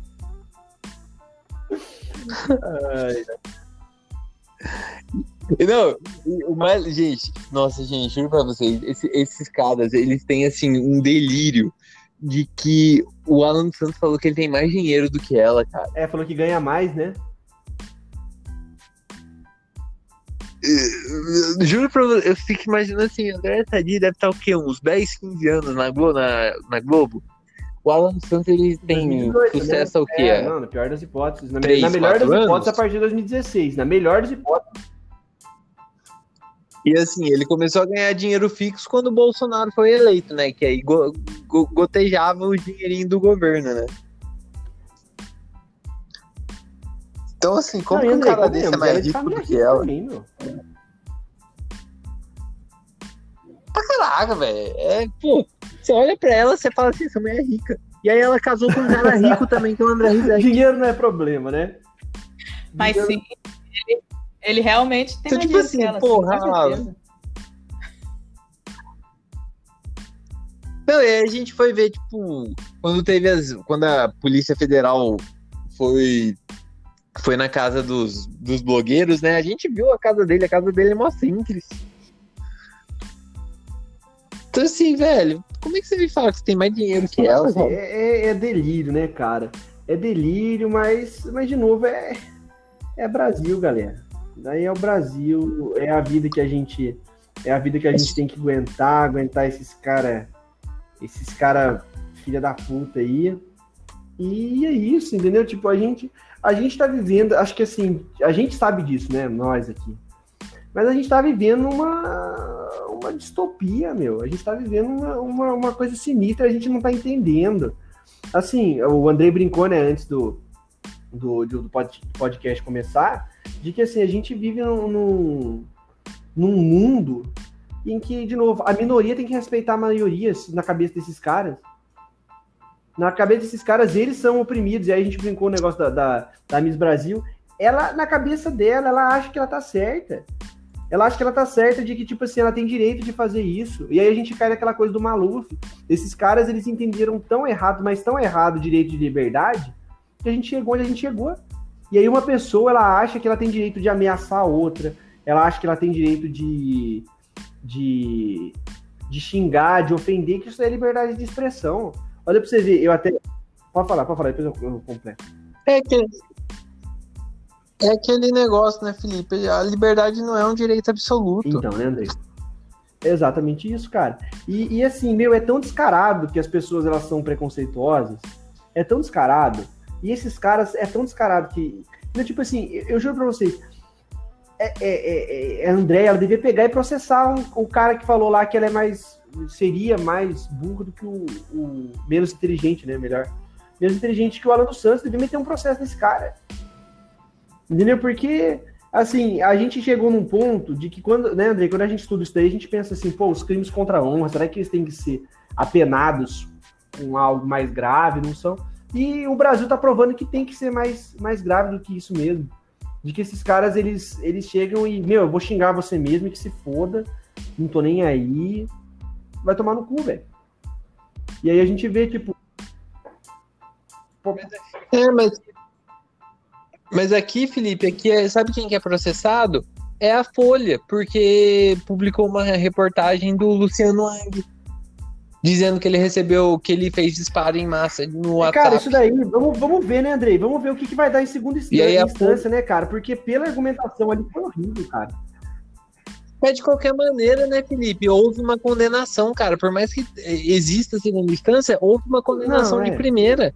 Não, gente, nossa, gente, juro pra vocês, esses caras, eles têm, assim, um delírio de que o Alan dos Santos falou que ele tem mais dinheiro do que ela, cara. Falou que ganha mais, né? Juro pra você, eu fico imaginando assim, a Andréia Sadi deve estar o quê? Uns 10, 15 anos na Globo? O Alan dos Santos, ele tem 2018, sucesso né? ao quê? Não, na pior das hipóteses. Na 3, melhor das 4 hipóteses, anos? a partir de 2016. Na melhor das hipóteses. E assim, ele começou a ganhar dinheiro fixo quando o Bolsonaro foi eleito, né? Que aí gotejava o dinheirinho do governo, né? Então, assim, como que um cara desse é mais rico do que ela? Também, meu. Caraca, velho. Pô, você olha pra ela, você fala assim, essa mulher é rica. E aí ela casou com um cara rico também, que é o André Rizek. Dinheiro não é problema, né? Mas sim, ele realmente tem Então, mais tipo dinheiro assim, que ela, porra, com certeza. Não, e aí a gente foi ver, tipo, quando a Polícia Federal foi na casa dos blogueiros, né? A gente viu a casa dele é mó simples. Então, assim, velho, como é que você me fala que você tem mais dinheiro que ela? Assim, é delírio, né, cara? É delírio, mas de novo, é Brasil, galera. Daí é o Brasil, é a vida que a gente tem que aguentar esses cara filha da puta aí. E é isso, entendeu? Tipo, a gente tá vivendo, acho que assim, a gente sabe disso, né, nós aqui. Mas a gente tá vivendo uma distopia, meu. A gente tá vivendo uma coisa sinistra, a gente não tá entendendo. Assim, o Andrei brincou, né, antes do podcast começar, de que, assim, a gente vive num mundo em que, de novo, a minoria tem que respeitar a maioria na cabeça desses caras. Na cabeça desses caras, eles são oprimidos. E aí a gente brincou o negócio da Miss Brasil. Ela, na cabeça dela, ela acha que ela tá certa. Ela acha que ela tá certa de que, tipo assim, ela tem direito de fazer isso. E aí a gente cai naquela coisa do Maluf. Esses caras, eles entenderam tão errado, mas tão errado o direito de liberdade, que a gente chegou onde a gente chegou. E aí uma pessoa, ela acha que ela tem direito de ameaçar a outra. Ela acha que ela tem direito de xingar, de ofender, que isso é liberdade de expressão. Olha pra você ver, eu até... Pode falar, depois eu completo. É aquele negócio, né, Felipe? A liberdade não é um direito absoluto. Então, né, André? É exatamente isso, cara. E assim, meu, é tão descarado que as pessoas elas são preconceituosas. É tão descarado. E esses caras é tão descarado que. Tipo assim, eu juro pra vocês. A André, ela devia pegar e processar o cara que falou lá que ela é mais. Seria mais burro do que o menos inteligente, né? Melhor. Menos inteligente que o Alan dos Santos. Devia meter um processo nesse cara. Entendeu? Porque. Assim, a gente chegou num ponto de que quando, né, André, quando a gente estuda isso daí, a gente pensa assim, pô, os crimes contra a honra, será que eles têm que ser apenados com algo mais grave? Não são? E o Brasil tá provando que tem que ser mais grave do que isso mesmo. De que esses caras, eles chegam e, meu, eu vou xingar você mesmo e que se foda, não tô nem aí, vai tomar no cu, velho. E aí a gente vê, tipo... Mas aqui, Felipe, sabe quem que é processado? É a Folha, porque publicou uma reportagem do Luciano Hang, dizendo que ele fez disparo em massa no WhatsApp. Cara, isso daí, vamos ver, né, Andrei? Vamos ver o que vai dar em segunda instância, né, cara? Porque pela argumentação ali foi horrível, cara. Mas de qualquer maneira, né, Felipe? Houve uma condenação, cara. Por mais que exista a segunda instância, houve uma condenação de primeira.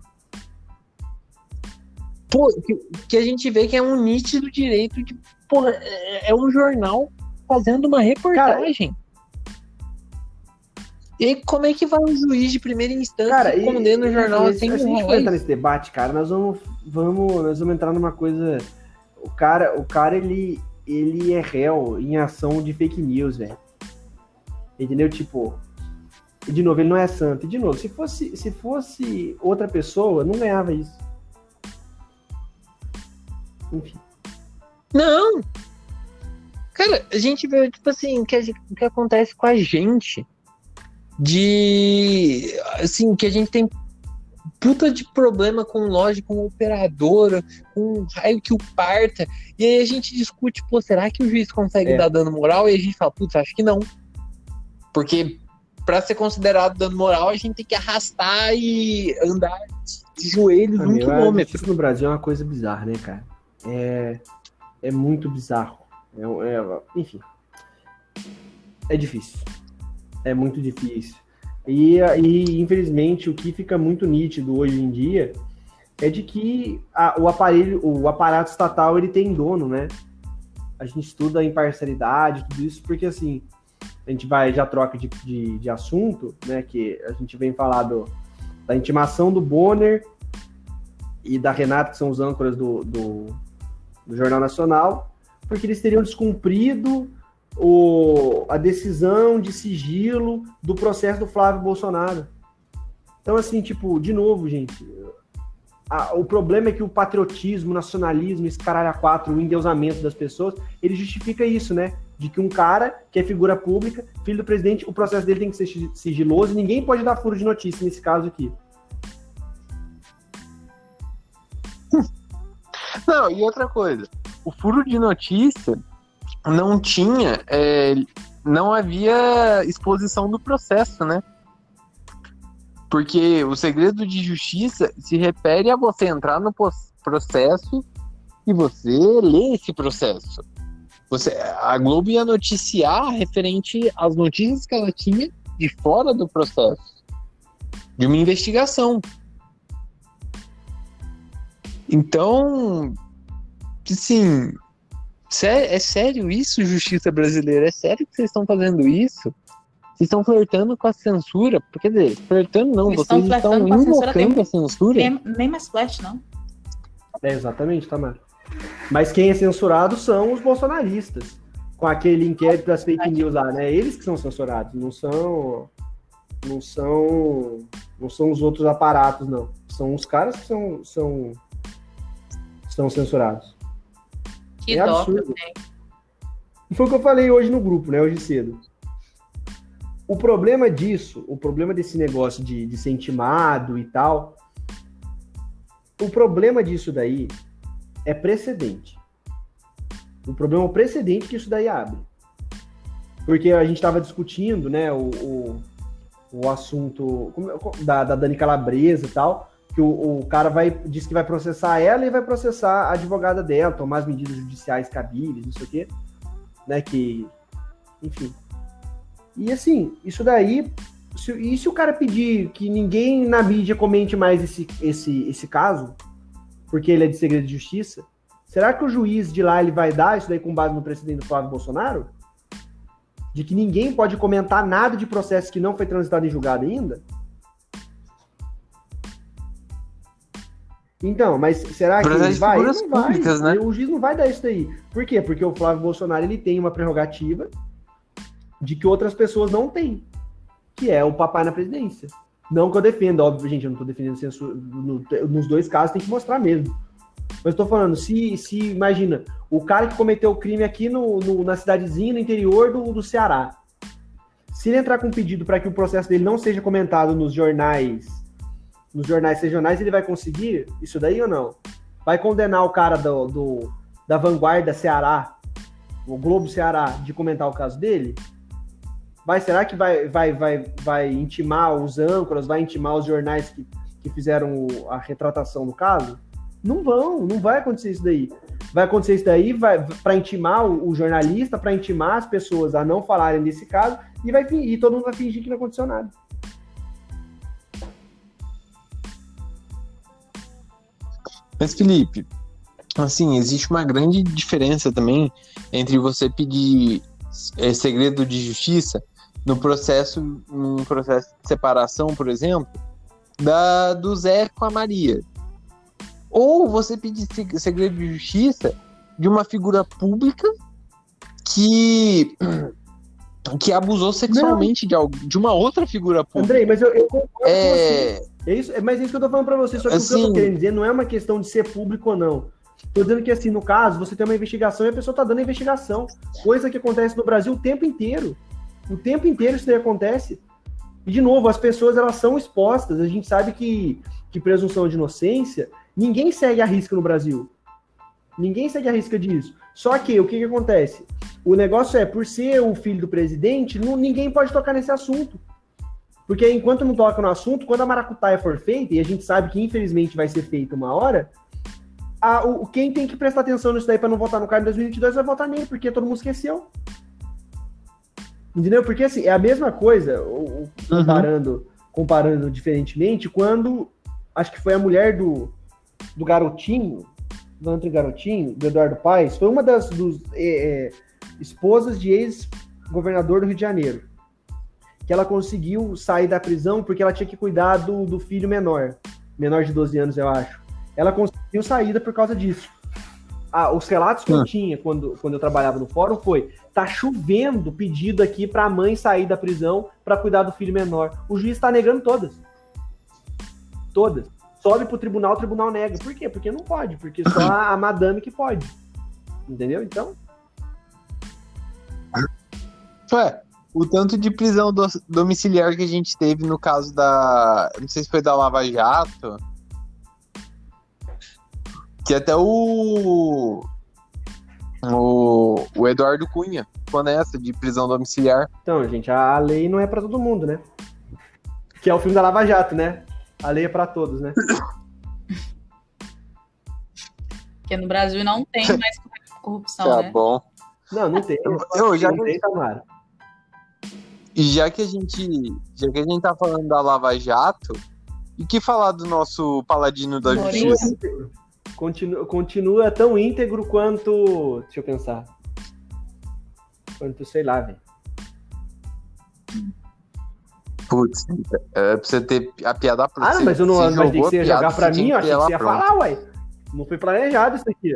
Pô, que a gente vê que é um nítido direito de... Porra, é um jornal fazendo uma reportagem. Cara, e aí, como é que vai um juiz de primeira instância e condena o jornal assim? Se a gente for entrar nesse debate, cara, nós vamos entrar numa coisa... O cara ele é réu em ação de fake news, velho. Entendeu? Tipo... E de novo, ele não é santo. E de novo, se fosse outra pessoa, não ganhava isso. Enfim. Não! Cara, a gente vê, tipo assim, o que acontece com a gente assim, que a gente tem puta de problema com loja, com operadora, com raio que o parta, e aí a gente discute, pô, será que o juiz consegue dar dano moral? E a gente fala, putz, acho que não. Porque pra ser considerado dano moral, a gente tem que arrastar e andar de joelhos um quilômetro. Isso no Brasil é uma coisa bizarra, né, cara? É muito bizarro. Enfim. É difícil. É muito difícil. E infelizmente, o que fica muito nítido hoje em dia é de que o aparato estatal, ele tem dono, né? A gente estuda a imparcialidade, tudo isso, porque assim, a gente já troca de assunto, né? Que a gente vem falar da intimação do Bonner e da Renata, que são os âncoras do Jornal Nacional, porque eles teriam descumprido a decisão de sigilo do processo do Flávio Bolsonaro. Então, assim, tipo, de novo, gente, o problema é que o patriotismo, o nacionalismo, esse caralho a quatro, o endeusamento das pessoas, ele justifica isso, né? De que um cara que é figura pública, filho do presidente, o processo dele tem que ser sigiloso e ninguém pode dar furo de notícia nesse caso aqui. Não, e outra coisa, o furo de notícia não havia exposição do processo, né? Porque o segredo de justiça se refere a você entrar no processo e você ler esse processo. A Globo ia noticiar referente às notícias que ela tinha de fora do processo, de uma investigação. Então, assim, é sério isso, justiça brasileira? É sério que vocês estão fazendo isso? Vocês estão flertando com a censura? Quer dizer, flertando não, vocês estão invocando a censura? Nem mais flash, não. Exatamente, Tamara. Mas quem é censurado são os bolsonaristas, com aquele inquérito das fake news lá, né? Eles que são censurados, não são os outros aparatos, não. São os caras que são censurados. Que absurdo. Foi o que eu falei hoje no grupo, né? Hoje cedo. O problema desse negócio de ser intimado e tal, o problema disso daí é precedente. O problema é o precedente que isso daí abre. Porque a gente estava discutindo, né, o assunto da Dani Calabresa e tal, que o cara diz que vai processar ela e vai processar a advogada dela, tomar as medidas judiciais cabíveis, não sei o quê, né, enfim. E assim, isso daí, se o cara pedir que ninguém na mídia comente mais esse caso, porque ele é de segredo de justiça, será que o juiz de lá ele vai dar isso daí com base no precedente do Flávio Bolsonaro? De que ninguém pode comentar nada de processo que não foi transitado em julgado ainda? Então, mas será que ele vai? Ele não vai. Públicas, né? O juiz não vai dar isso daí. Por quê? Porque o Flávio Bolsonaro ele tem uma prerrogativa de que outras pessoas não têm, que é o papai na presidência. Não que eu defenda, óbvio, gente, eu não estou defendendo censura. Nos dois casos tem que mostrar mesmo. Mas estou falando, se imagina, o cara que cometeu o crime aqui na cidadezinha, no interior do Ceará, se ele entrar com um pedido para que o processo dele não seja comentado nos jornais regionais, ele vai conseguir isso daí ou não? Vai condenar o cara da Vanguarda Ceará, o Globo Ceará, de comentar o caso dele? Será que vai intimar os âncoras, vai intimar os jornais que fizeram a retratação do caso? Não vai acontecer isso daí. Vai acontecer isso daí para intimar o jornalista, para intimar as pessoas a não falarem desse caso, e todo mundo vai fingir que não aconteceu nada. Mas, Felipe, assim, existe uma grande diferença também entre você pedir segredo de justiça num processo de separação, por exemplo, do Zé com a Maria. Ou você pedir segredo de justiça de uma figura pública que abusou sexualmente de uma outra figura pública. Andrei, mas eu concordo com você. Mas é isso que eu tô falando pra você. Só que assim, o que eu tô querendo dizer não é uma questão de ser público ou não. Tô dizendo que, assim, no caso, você tem uma investigação e a pessoa tá dando a investigação. Coisa que acontece no Brasil o tempo inteiro. O tempo inteiro isso daí acontece. E, de novo, as pessoas, elas são expostas. A gente sabe que presunção de inocência, ninguém segue a risca no Brasil. Ninguém segue a risca disso. Só que, o que acontece? O negócio é, por ser o filho do presidente, ninguém pode tocar nesse assunto. Porque enquanto não toca no assunto, quando a maracutaia for feita, e a gente sabe que infelizmente vai ser feita uma hora, quem tem que prestar atenção nisso daí para não votar no cara em 2022 vai votar nele, porque todo mundo esqueceu. Entendeu? Porque assim, é a mesma coisa, comparando diferentemente, quando acho que foi a mulher do Garotinho, do Antônio Garotinho, do Eduardo Paes, foi uma das esposas de ex-governador do Rio de Janeiro, que ela conseguiu sair da prisão porque ela tinha que cuidar do filho menor de 12 anos, eu acho. Ela conseguiu saída por causa disso. Os relatos que eu tinha quando eu trabalhava no fórum foi: tá chovendo pedido aqui para a mãe sair da prisão para cuidar do filho menor. O juiz está negando todas. Todas. Sobe pro tribunal, o tribunal nega. Por quê? Porque não pode, porque só a madame que pode. Entendeu? Então... O tanto de prisão domiciliar que a gente teve no caso não sei se foi da Lava Jato, que até o Eduardo Cunha ficou nessa de prisão domiciliar. Então, gente, a lei não é pra todo mundo, né? Que é o filme da Lava Jato, né? A lei é pra todos, né? Porque no Brasil não tem mais corrupção, né? Bom. Não tem. Não tem, Tamara. E já que a gente tá falando da Lava Jato, e que falar do nosso paladino da justiça? Continua tão íntegro quanto... Deixa eu pensar. Quanto, sei lá, velho. Putz, pra você ter a piada pronta. Não, mas eu não achei que você ia jogar pra mim, eu achei que você ia falar, ué. Não foi planejado isso aqui.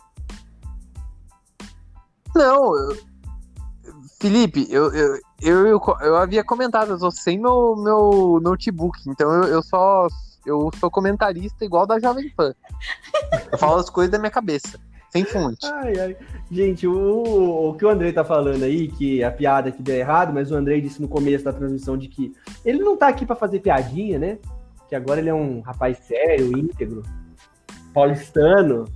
Não, Felipe, eu havia comentado, eu tô sem meu notebook, então eu sou comentarista igual da Jovem Pan. Eu falo as coisas da minha cabeça, sem fonte. Ai. Gente, o que o Andrei tá falando aí, que a piada que deu errado, mas o Andrei disse no começo da transmissão de que ele não tá aqui pra fazer piadinha, né? Que agora ele é um rapaz sério, íntegro, paulistano.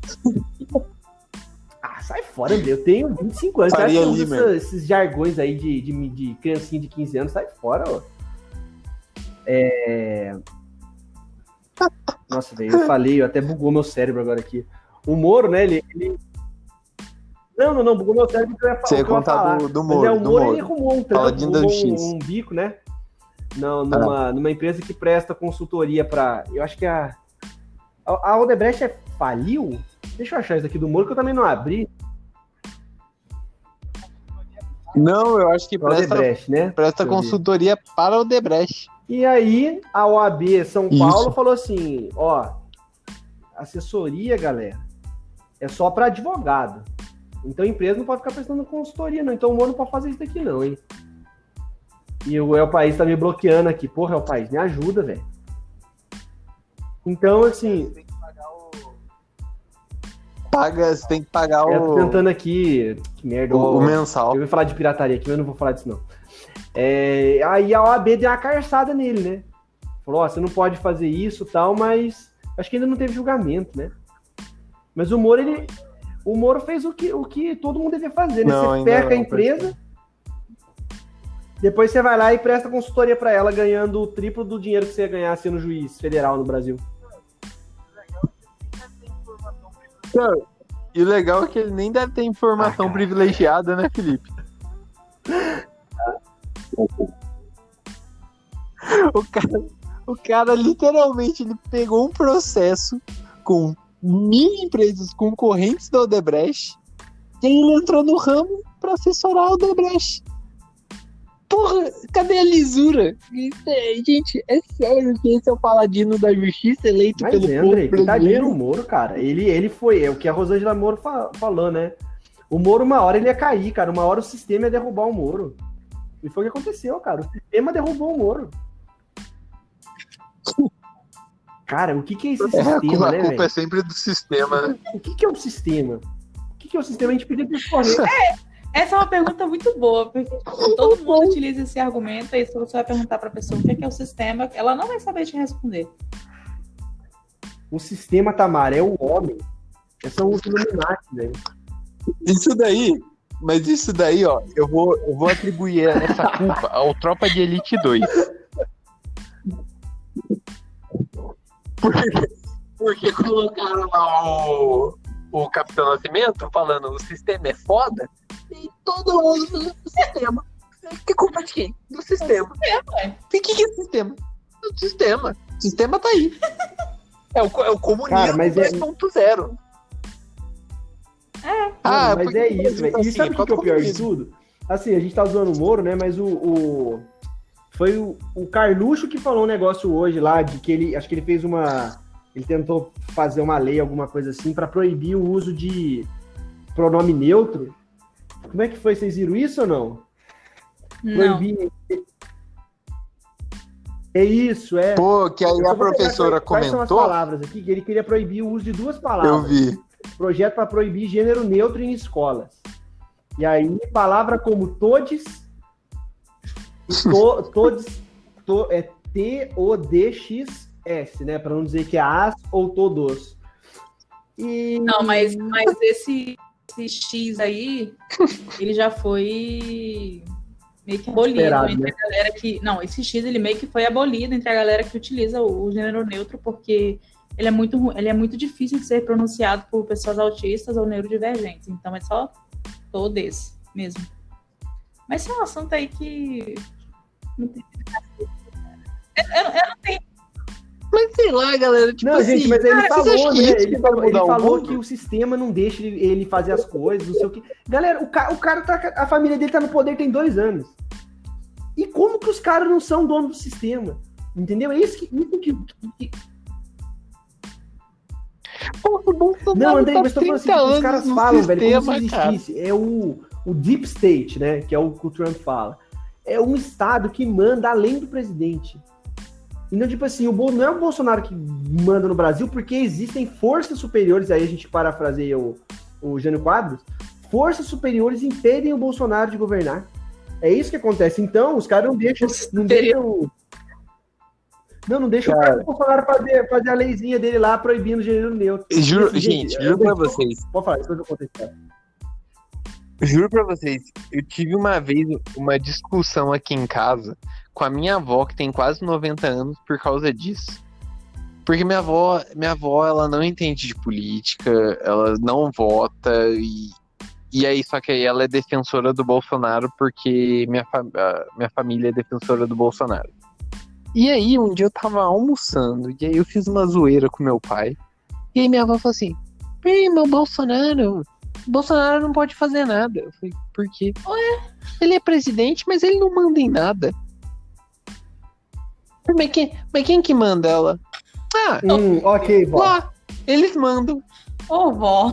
Sai fora, Andrei. Eu tenho 25 anos. Faria esses jargões aí de criancinha de 15 anos, sai fora, ó. Nossa, velho, eu falei, até bugou meu cérebro agora aqui. O Moro, né, ele... Não, bugou meu cérebro porque eu ia falar. Você ia contar do Moro. Mas o Moro, ele arrumou um trampo, arrumou um bico, né? Numa empresa que presta consultoria para... Eu acho que a Odebrecht faliu? Deixa eu achar isso aqui do Moro, que eu também não abri. Não, eu acho que Odebrecht, né? Presta consultoria para o Odebrecht. E aí, a OAB São Paulo falou assim, ó, assessoria, galera, é só para advogado. Então a empresa não pode ficar prestando consultoria, não. Então o Moro não pode fazer isso daqui, não, hein? E o El País tá me bloqueando aqui. Porra, El País, me ajuda, velho. Então, assim... Você tem que pagar o... Eu tô tentando aqui... Que merda. O mensal. Eu ia falar de pirataria aqui, mas eu não vou falar disso, não. Aí a OAB deu uma carçada nele, né? Falou, ó, você não pode fazer isso e tal, mas... Acho que ainda não teve julgamento, né? Mas o Moro fez o que todo mundo devia fazer, né? Você peca a empresa... Depois você vai lá e presta consultoria para ela, ganhando o triplo do dinheiro que você ia ganhar sendo juiz federal no Brasil. E o legal é que ele nem deve ter informação privilegiada, né, Felipe? O cara literalmente ele pegou um processo com 1.000 empresas concorrentes da Odebrecht e ele entrou no ramo para assessorar a Odebrecht. Porra, cadê a lisura? Gente, é sério que esse é o paladino da justiça eleito pelo povo brasileiro? Tadinho do Moro, cara. Ele foi, o que a Rosângela Moro falou, né? O Moro, uma hora ele ia cair, cara. Uma hora o sistema ia derrubar o Moro. E foi o que aconteceu, cara. O sistema derrubou o Moro. Cara, o que é esse sistema, né, A culpa é sempre do sistema, né? O que é o sistema? O que é o sistema? A gente podia discorrer. Essa é uma pergunta muito boa, porque todo mundo utiliza esse argumento, e se você vai perguntar para a pessoa o que é o sistema, ela não vai saber te responder. O sistema, Tamara, é o homem. São os Illuminati, velho. Isso daí, ó, eu vou atribuir essa culpa ao Tropa de Elite 2. Porque colocaram lá o Capitão Nascimento falando o sistema é foda e todo mundo falando do sistema. Que culpa de quem? Do sistema. O que é o sistema? O sistema. O sistema tá aí. É o comunismo 2.0. Mas é isso, velho. E sabe o que é o pior de tudo? Assim, a gente tá zoando o Moro, né? Mas foi o Carluxo que falou um negócio hoje lá, de que ele, acho que ele fez ele tentou fazer uma lei, alguma coisa assim, para proibir o uso de pronome neutro. Como é que foi? Vocês viram isso ou não? Não. Proibir... É isso, é. Pô, que aí a professora comentou. Quais são as palavras aqui? Que ele queria proibir o uso de duas palavras. Eu vi. Projeto para proibir gênero neutro em escolas. E aí, palavra como todes, é T-O-D-X-S, né? Para não dizer que é as ou todos. Não, mas esse X aí, ele já foi meio que abolido entre a galera que... Não, esse X ele meio que foi abolido entre a galera que utiliza o gênero neutro, porque ele é muito difícil de ser pronunciado por pessoas autistas ou neurodivergentes. Então é só todes mesmo. Mas esse é um assunto aí que... Não tem... Eu não tenho... Mas sei lá, galera, tipo não, assim... Gente, mas ele falou, né? Ele falou que que o sistema não deixa ele fazer as coisas, não sei o que. Galera, o cara tá... A família dele tá no poder tem 2 anos. E como que os caras não são donos do sistema? Entendeu? É isso que... Não, André, mas tô falando assim, os caras falam, velho, como se existisse. Cara. É o Deep State, né? Que é o que o Trump fala. É um estado que manda além do presidente. Então, tipo assim, não é o Bolsonaro que manda no Brasil, porque existem forças superiores, aí a gente parafraseia o Jânio Quadros, forças superiores impedem o Bolsonaro de governar. É isso que acontece. Então, os caras não deixam o Bolsonaro fazer a leizinha dele lá, proibindo o gênero neutro. Juro pra vocês. Pode falar, depois eu conto a história. Juro pra vocês, eu tive uma vez uma discussão aqui em casa com a minha avó, que tem quase 90 anos, por causa disso. Porque minha avó, ela não entende de política, ela não vota, e aí, só que aí ela é defensora do Bolsonaro porque minha família é defensora do Bolsonaro. E aí, um dia eu tava almoçando, e aí eu fiz uma zoeira com meu pai, e aí minha avó falou assim, meu Bolsonaro não pode fazer nada. Eu falei, por quê? Ué, ele é presidente, mas ele não manda em nada. Mas quem que manda ela? Ok, vó. Lá, eles mandam. Ô, vó.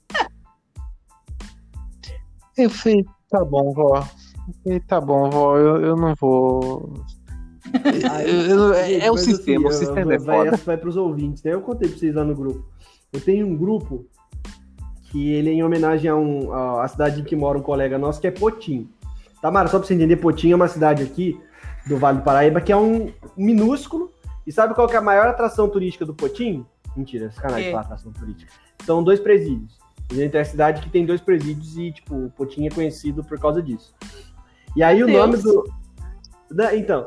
Eu falei, tá bom, vó. Eu não vou. É o Mas, sistema, assim, o sistema é vai foda. pros ouvintes, né? Eu contei pra vocês lá no grupo. Eu tenho um grupo que ele é em homenagem a cidade em que mora um colega nosso, que é Potim. Tamara, só pra você entender, Potim é uma cidade aqui do Vale do Paraíba, que é um minúsculo. E sabe qual que é a maior atração turística do Potim? Mentira, sacanagem falar atração turística. São 2 presídios. E é a cidade que tem 2 presídios e, tipo, o Potim é conhecido por causa disso. E aí o nome do... Então...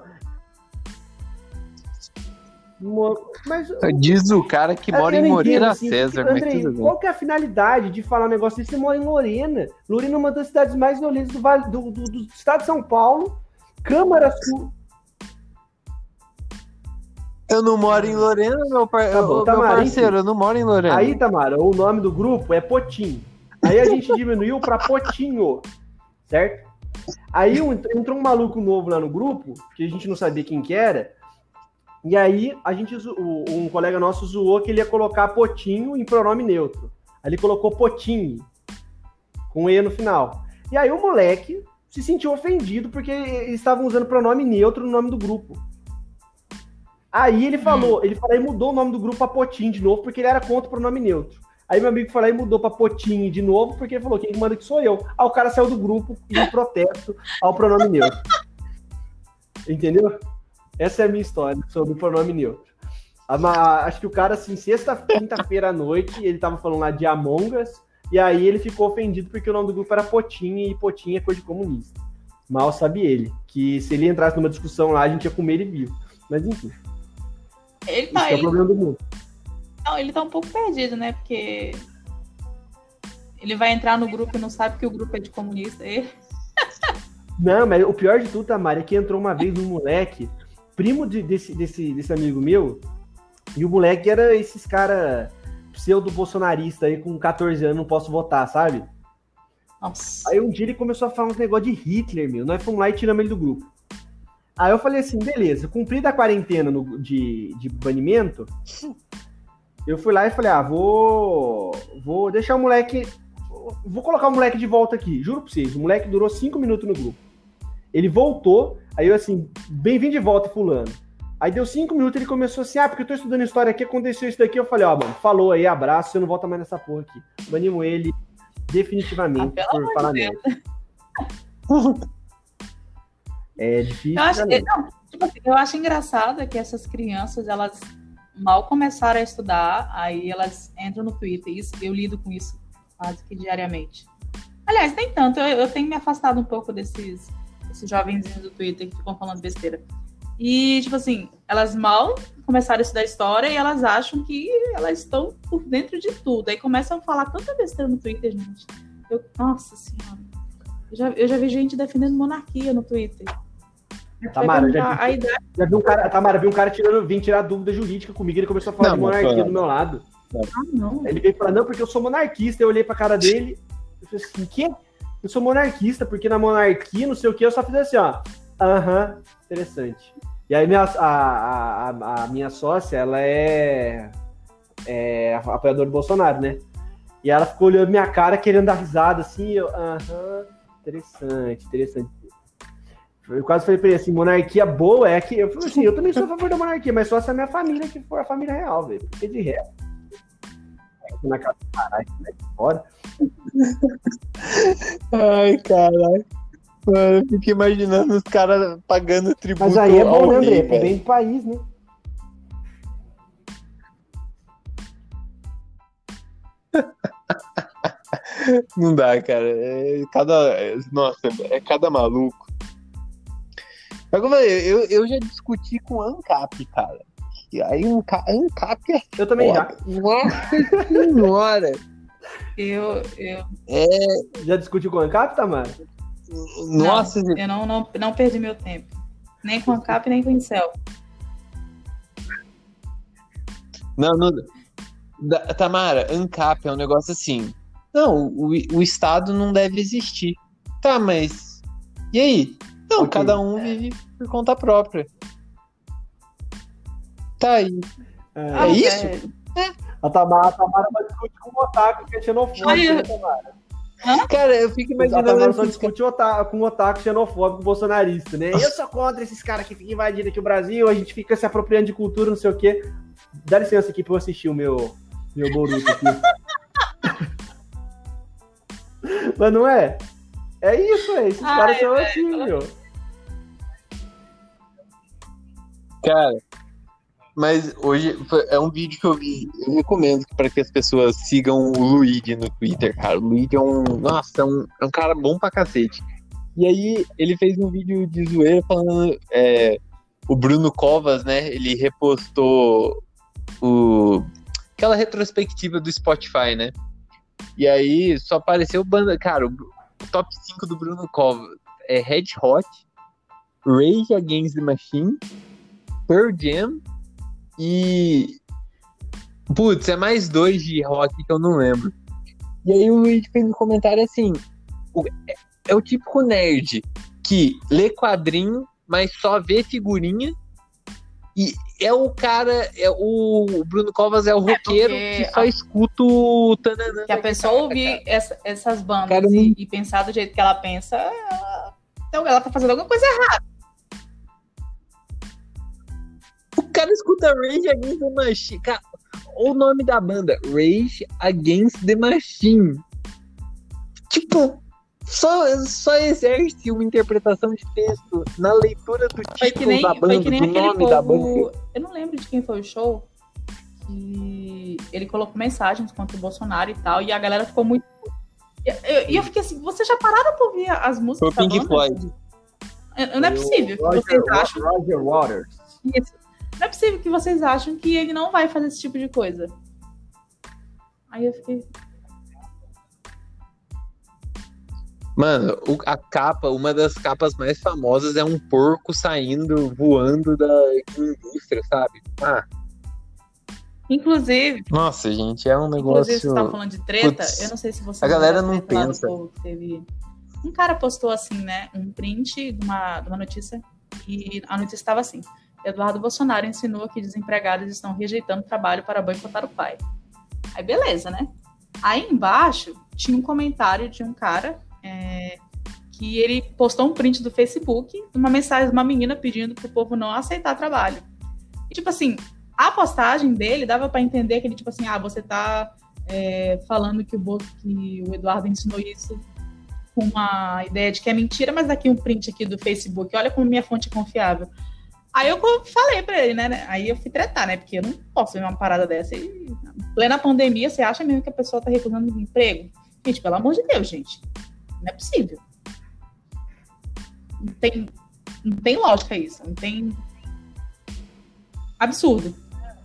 Mas, Diz o cara que mora em Moreira assim, César, Andrei, mas tudo bem. qual que é a finalidade de falar um negócio desse? Você mora em Lorena. Lorena é uma das cidades mais violentas do estado de São Paulo. Câmara Sul. Eu não moro em Lorena, meu Tamara, parceiro, enfim. eu não moro em Lorena. Aí, Tamara, o nome do grupo é Potim. Aí a gente diminuiu pra Potinho, certo? Aí entrou um maluco novo lá no grupo, que a gente não sabia quem que era, e aí um colega nosso zoou que ele ia colocar Potinho em pronome neutro. Aí ele colocou Potinho, com E no final. E aí o moleque se sentiu ofendido porque eles estavam usando pronome neutro no nome do grupo. Aí ele falou, ele mudou o nome do grupo pra Potim de novo, porque ele era contra o pronome neutro. Aí meu amigo foi lá e mudou pra Potim de novo, porque ele falou, quem manda que sou eu. Aí o cara saiu do grupo em protesto ao pronome neutro. Entendeu? Essa é a minha história sobre o pronome neutro. Acho que o cara, assim, quinta-feira à noite, ele tava falando lá de Among Us, e aí ele ficou ofendido porque o nome do grupo era Potim, e Potim é coisa de comunista. Mal sabe ele, que se ele entrasse numa discussão lá, a gente ia comer ele vivo. Mas enfim. Ele tá é o problema do mundo. Não, ele tá um pouco perdido, né? Porque ele vai entrar no grupo e não sabe que o grupo é de comunista. Não, mas o pior de tudo, Tamara, é que entrou uma vez um moleque, primo desse amigo meu, e o moleque era esses cara pseudo-bolsonarista aí, com 14 anos, não posso votar, sabe? Nossa. Aí um dia ele começou a falar uns negócios de Hitler, meu. Nós fomos lá e tiramos ele do grupo. Aí eu falei assim, beleza, cumprida a quarentena de banimento, eu fui lá e falei, vou deixar o moleque, vou colocar o moleque de volta aqui, juro pra vocês, o moleque durou 5 minutos no grupo. Ele voltou, aí eu assim, bem-vindo de volta, fulano. Aí deu 5 minutos, ele começou assim, porque eu tô estudando história aqui, aconteceu isso daqui, eu falei, mano, falou aí, abraço, você não volta mais nessa porra aqui. Banimos ele definitivamente por falar merda. É difícil. Eu acho engraçado que essas crianças, elas mal começaram a estudar, aí elas entram no Twitter. Isso, eu lido com isso quase que diariamente. Aliás, nem tanto, eu tenho me afastado um pouco desses jovenzinhos do Twitter que ficam falando besteira. E, tipo assim, elas mal começaram a estudar história e elas acham que elas estão por dentro de tudo. Aí começam a falar tanta besteira no Twitter, gente. Nossa Senhora. Eu já vi gente defendendo monarquia no Twitter. Tamara, já vi um cara, Tamara, vi um cara vim tirar dúvida jurídica comigo, ele começou a falar de monarquia do meu lado. Não. Ele veio falar, não, porque eu sou monarquista. Eu olhei pra cara dele, eu falei assim, quê? Eu sou monarquista, porque na monarquia, não sei o que, eu só fiz assim, interessante. E aí a minha sócia, ela é apoiadora do Bolsonaro, né? E ela ficou olhando minha cara, querendo dar risada, assim, eu, interessante. Eu quase falei pra ele assim, monarquia boa é que... Eu falei assim, eu também sou a favor da monarquia, mas só se a minha família que for a família real, velho. Porque de resto... Na casa do caralho, né? Fora. Ai, caralho. Mano, eu fico imaginando os caras pagando tributo. Mas aí é bom, né, André? Véio. É bem do país, né? Não dá, cara. Nossa, é cada maluco. Agora, eu já discuti com o ANCAP, cara. Aí ANCAP é Eu também já. Nossa senhora! Eu Já discutiu com o ANCAP, Tamara? Nossa, eu não perdi meu tempo. Nem com a ANCAP, nem com o Incel. não. Tamara, ANCAP é um negócio assim. Não, o Estado não deve existir. Tá, mas. E aí? Não, Ok. cada um vive por conta própria. Tá aí. É isso? velho. A Tamara vai discutir com o Otaku, que é xenofóbico, Ai, né, Tamara? Cara, eu fico A imaginando. Tamara só discute com o Otaku xenofóbico bolsonarista, né? Eu sou contra esses caras que ficam invadindo aqui o Brasil, a gente fica se apropriando de cultura, não sei o quê. Dá licença aqui pra eu assistir o meu Boruto aqui. Mas não é? É isso, esses caras são assim, meu. Cara, mas hoje é um vídeo que eu vi. Eu recomendo para que as pessoas sigam o Luigi no Twitter, cara. O Luigi é um cara bom pra cacete. E aí, ele fez um vídeo de zoeira falando. O Bruno Covas, né? Ele repostou aquela retrospectiva do Spotify, né? E aí só apareceu banda. Cara, o top 5 do Bruno Covas é Red Hot, Rage Against the Machine, Pearl Jam e. Putz, é mais 2 de rock que eu não lembro. E aí o Luigi fez um comentário assim: é o típico nerd que lê quadrinho, mas só vê figurinha. E é o cara, o Bruno Covas é o roqueiro que só escuta o tananã. Que a pessoa ouvir essas bandas Cara, e pensar do jeito que ela pensa, ela tá fazendo alguma coisa errada. O cara escuta Rage Against the Machine. Cara, olha o nome da banda, Rage Against the Machine. Tipo, só exerce uma interpretação de texto na leitura do título da banda, do nome da banda. Eu não lembro de quem foi o show que ele colocou mensagens contra o Bolsonaro e tal, e a galera ficou muito... E eu fiquei assim, vocês já pararam pra ouvir as músicas Foi da Pink banda? Floyd. Não é possível que vocês acham... Roger Waters. Isso. Não é possível que vocês acham que ele não vai fazer esse tipo de coisa. Aí eu fiquei... Mano, a capa, uma das capas mais famosas é um porco saindo, voando da indústria, sabe? Inclusive... Nossa, gente, é um negócio... Inclusive, você tá falando de treta, Putz, eu não sei se você... a galera não pensa. Teve... Um cara postou assim, né, um print de uma notícia, e a notícia estava assim: Eduardo Bolsonaro insinua que desempregados estão rejeitando trabalho para boicotar o pai. Aí beleza, né? Aí embaixo tinha um comentário de um cara que ele postou um print do Facebook, uma mensagem de uma menina pedindo pro povo não aceitar trabalho. E tipo assim, a postagem dele dava para entender que ele tipo assim, você tá falando que o Eduardo ensinou isso com uma ideia de que é mentira, mas aqui um print aqui do Facebook, olha como minha fonte é confiável. Aí eu falei pra ele, né? Aí eu fui tretar, né? Porque eu não posso ver uma parada dessa. E, em plena pandemia, você acha mesmo que a pessoa tá recusando um emprego? Gente, pelo amor de Deus, gente. Não é possível. Não tem lógica isso. Não tem... Absurdo.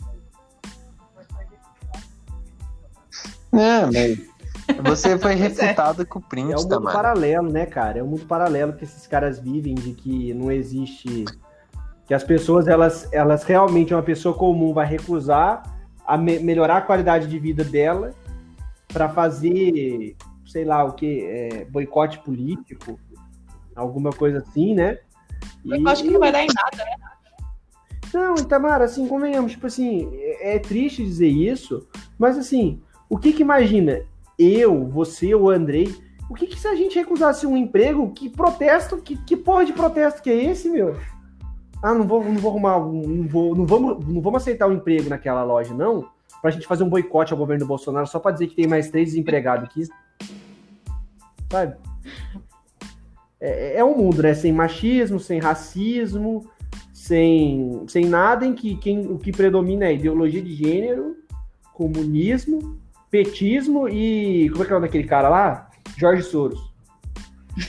Mas você foi refutado com o print, É um mundo paralelo, né, cara? É um mundo paralelo que esses caras vivem, de que não existe... Que as pessoas, elas realmente, uma pessoa comum vai recusar a melhorar a qualidade de vida dela para fazer, sei lá o que, boicote político, alguma coisa assim, né? Eu acho que não vai dar em nada, né? Não, Itamara, assim, convenhamos, tipo assim, é triste dizer isso, mas assim, o que imagina, eu, você, o Andrei, o que se a gente recusasse um emprego, que protesto, que porra de protesto que é esse, meu? Não vou arrumar, não vamos aceitar um emprego naquela loja, não, pra gente fazer um boicote ao governo do Bolsonaro só pra dizer que tem mais 3 desempregados aqui, sabe? É um mundo, né, sem machismo, sem racismo, sem nada em que o que predomina é ideologia de gênero, comunismo, petismo e... Como é que é o nome daquele cara lá? Jorge Soros.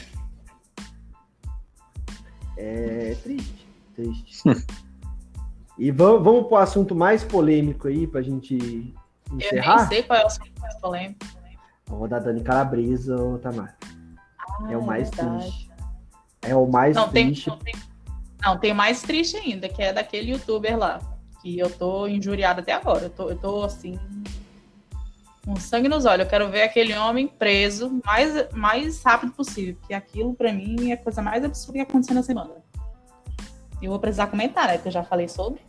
É triste. E vamos pro assunto mais polêmico aí, pra gente encerrar? Eu nem sei qual é o assunto mais polêmico. O da Dani Calabresa, ô Tamar. É o mais verdade. triste. É o mais triste. Tem mais triste ainda, que é daquele youtuber lá. Que eu tô injuriada até agora. Eu tô assim, com sangue nos olhos. Eu quero ver aquele homem preso mais rápido possível. Porque aquilo, pra mim, é a coisa mais absurda que aconteceu na semana. Eu vou precisar comentar, né? Porque eu já falei sobre.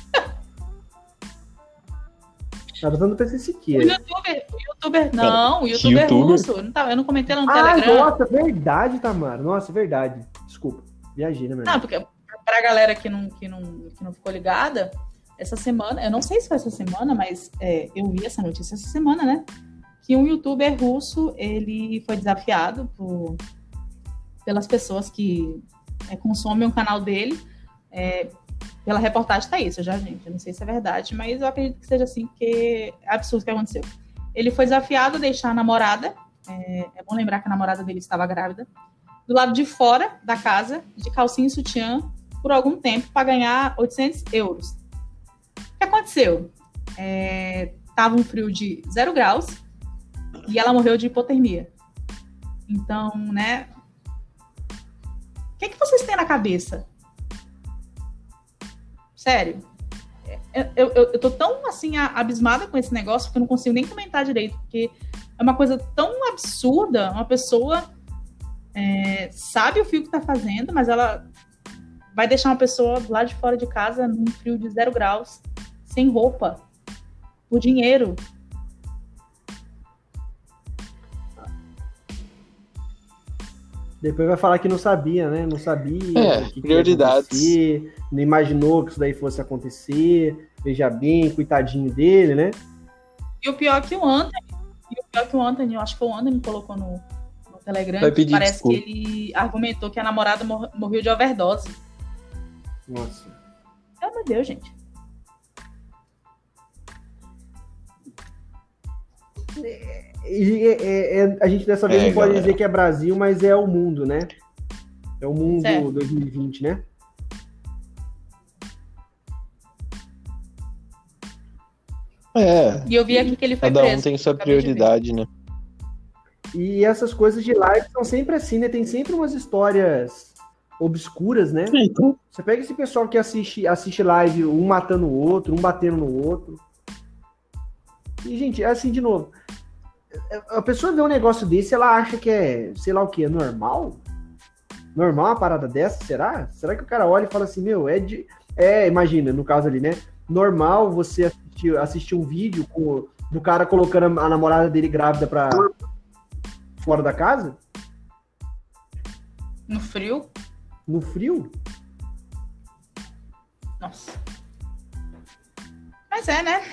Tá dando pra esse O Siqueira. o youtuber russo. Eu não comentei lá no Telegram. Nossa, verdade, Tamara. Nossa, verdade. Desculpa. Viajei, na verdade. Não, porque pra galera que não ficou ligada, essa semana, eu não sei se foi essa semana, mas eu vi essa notícia essa semana, né? Que um youtuber russo, ele foi desafiado pelas pessoas que consomem o canal dele. Pela reportagem tá isso, gente. Eu não sei se é verdade, mas eu acredito que seja assim, porque é absurdo o que aconteceu. Ele foi desafiado a deixar a namorada, é bom lembrar que a namorada dele estava grávida, do lado de fora da casa, de calcinha e sutiã, por algum tempo, para ganhar 800 euros. O que aconteceu? Tava um frio de 0 graus e ela morreu de hipotermia. Então, né? O que vocês têm na cabeça? Sério, eu tô tão, assim, abismada com esse negócio que eu não consigo nem comentar direito, porque é uma coisa tão absurda. Uma pessoa sabe o fio que tá fazendo, mas ela vai deixar uma pessoa lá de fora de casa num frio de 0 graus, sem roupa, por dinheiro. Depois vai falar que não sabia, né? Não sabia o que prioridades. Ia acontecer, não imaginou que isso daí fosse acontecer. Veja bem, coitadinho dele, né? E o pior que o Anthony, eu acho que o Anthony colocou no Telegram, parece desculpa. Que ele argumentou que a namorada morreu de overdose. Nossa. Meu Deus, gente. A gente dessa vez não pode dizer que é Brasil, mas é o mundo, né? É o mundo certo. 2020, né? E eu vi aqui que ele foi preso. Cada um tem sua prioridade, né? E essas coisas de live são sempre assim, né? Tem sempre umas histórias obscuras, né? Então. Você pega esse pessoal que assiste live, um matando o outro, um batendo no outro. E, gente, é assim, de novo. A pessoa vê um negócio desse, ela acha que é, sei lá o que, é normal? Normal uma parada dessa, será? Será que o cara olha e fala assim, meu, imagina, no caso ali, né? Normal você assistir um vídeo do cara colocando a namorada dele grávida pra fora da casa? No frio? No frio? Nossa. Mas né?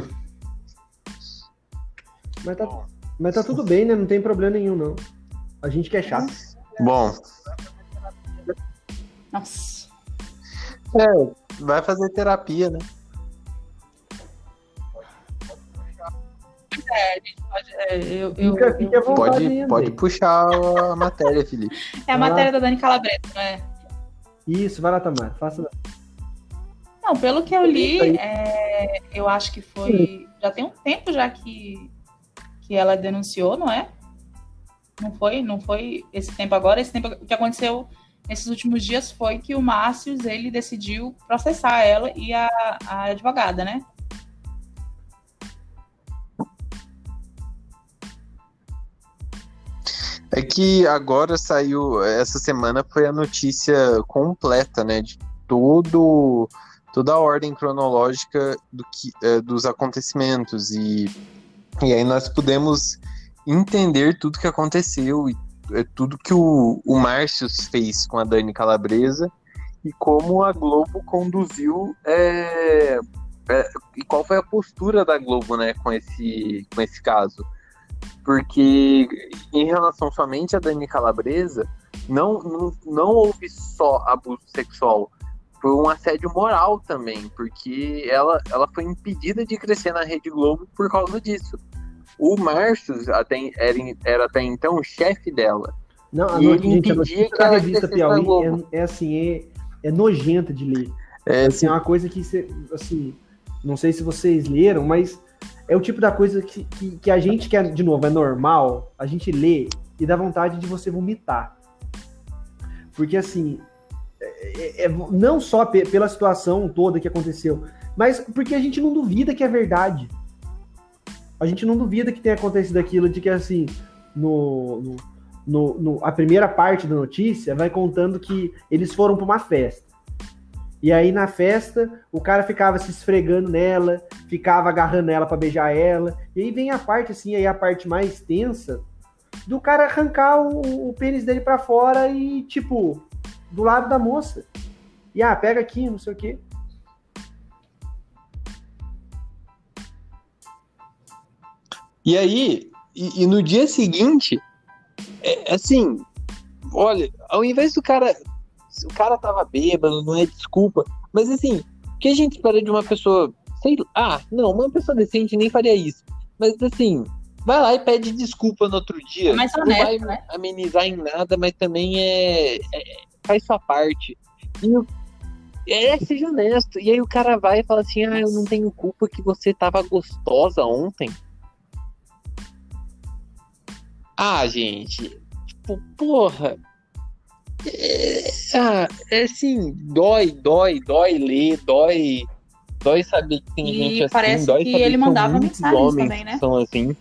Mas tá tudo bem, né? Não tem problema nenhum, não. A gente que é chato. Bom. Nossa. Vai fazer terapia, né? Fique à vontade pode puxar a matéria, Felipe. É a matéria da Dani Calabresa, não é? Isso, vai lá, Tamara. Faça. Não, pelo que eu li, eu acho que foi... Já tem um tempo já que ela denunciou, não é? Não foi esse tempo agora. Esse tempo, o que aconteceu nesses últimos dias foi que o Márcios, ele decidiu processar ela e a advogada, né? É que agora saiu, essa semana foi a notícia completa, né, de toda a ordem cronológica dos acontecimentos, e aí nós pudemos entender tudo que aconteceu e tudo que o Márcios fez com a Dani Calabresa e como a Globo conduziu e qual foi a postura da Globo, né, com esse caso. Porque em relação somente a Dani Calabresa, não houve só abuso sexual, foi um assédio moral também, porque ela foi impedida de crescer na Rede Globo por causa disso. O Márcios era até então o chefe dela. Não, a notícia da revista Piauí é assim, é nojenta de ler. Assim, é uma coisa que, assim, não sei se vocês leram, mas é o tipo da coisa que a gente, que é, de novo, é normal, a gente lê e dá vontade de você vomitar. Porque, assim, não só pela situação toda que aconteceu, mas porque a gente não duvida que é verdade. A gente não duvida que tenha acontecido aquilo, de que, assim, a primeira parte da notícia vai contando que eles foram para uma festa. E aí, na festa, o cara ficava se esfregando nela, ficava agarrando ela para beijar ela. E aí vem a parte, assim, aí a parte mais tensa, do cara arrancar o pênis dele para fora e, tipo, do lado da moça. E, pega aqui, não sei o quê. E aí, e no dia seguinte, assim, olha, ao invés do cara... Se o cara tava bêbado, não é desculpa. Mas assim, o que a gente espera de uma pessoa... Sei lá, não, uma pessoa decente nem faria isso. Mas assim, vai lá e pede desculpa no outro dia. Mas não honesto, vai né? amenizar em nada, mas também faz sua parte. Seja honesto. E aí o cara vai e fala assim, eu não tenho culpa que você tava gostosa ontem. Gente, tipo, porra... assim, dói ler, dói saber que tem gente assim, parece dói que saber ele que são mandava muitos mensagens homens também, né? que são assim.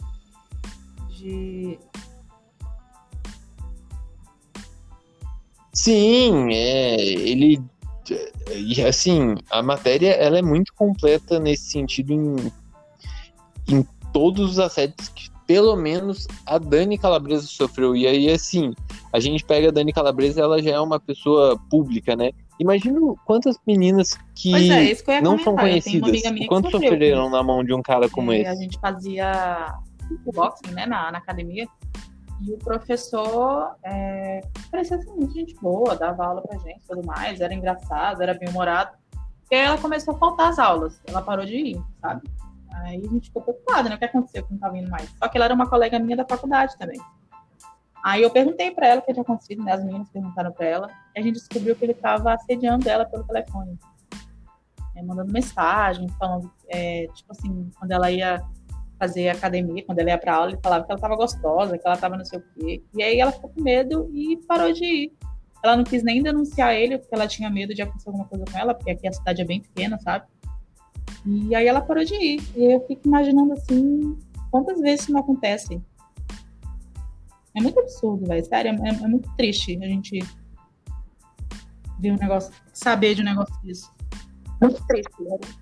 Sim, ele, assim, a matéria, ela é muito completa nesse sentido em todos os assédios que pelo menos a Dani Calabresa sofreu. E aí, assim, a gente pega a Dani Calabresa, ela já é uma pessoa pública, né? Imagina quantas meninas que isso que eu ia não são comentar. conhecidas, o quanto sofreram na mão de um cara como esse. A gente fazia boxing, né, na academia, e o professor parecia ser muito gente boa, dava aula pra gente e tudo mais, era engraçado, era bem-humorado. E aí ela começou a faltar as aulas, ela parou de ir, sabe? Aí a gente ficou preocupada, né? O que aconteceu que não tava indo mais? Só que ela era uma colega minha da faculdade também. Aí eu perguntei pra ela o que tinha acontecido, né? As meninas perguntaram pra ela. E a gente descobriu que ele tava assediando ela pelo telefone. Mandando mensagem, falando, tipo assim, quando ela ia fazer academia, quando ela ia pra aula, ele falava que ela tava gostosa, que ela tava não sei o quê. E aí ela ficou com medo e parou de ir. Ela não quis nem denunciar ele, porque ela tinha medo de acontecer alguma coisa com ela, porque aqui a cidade é bem pequena, sabe? E aí ela parou de ir. E eu fico imaginando assim, quantas vezes isso não acontece. É muito absurdo, velho. Sério, é muito triste a gente ver um negócio, saber de um negócio disso. Muito triste.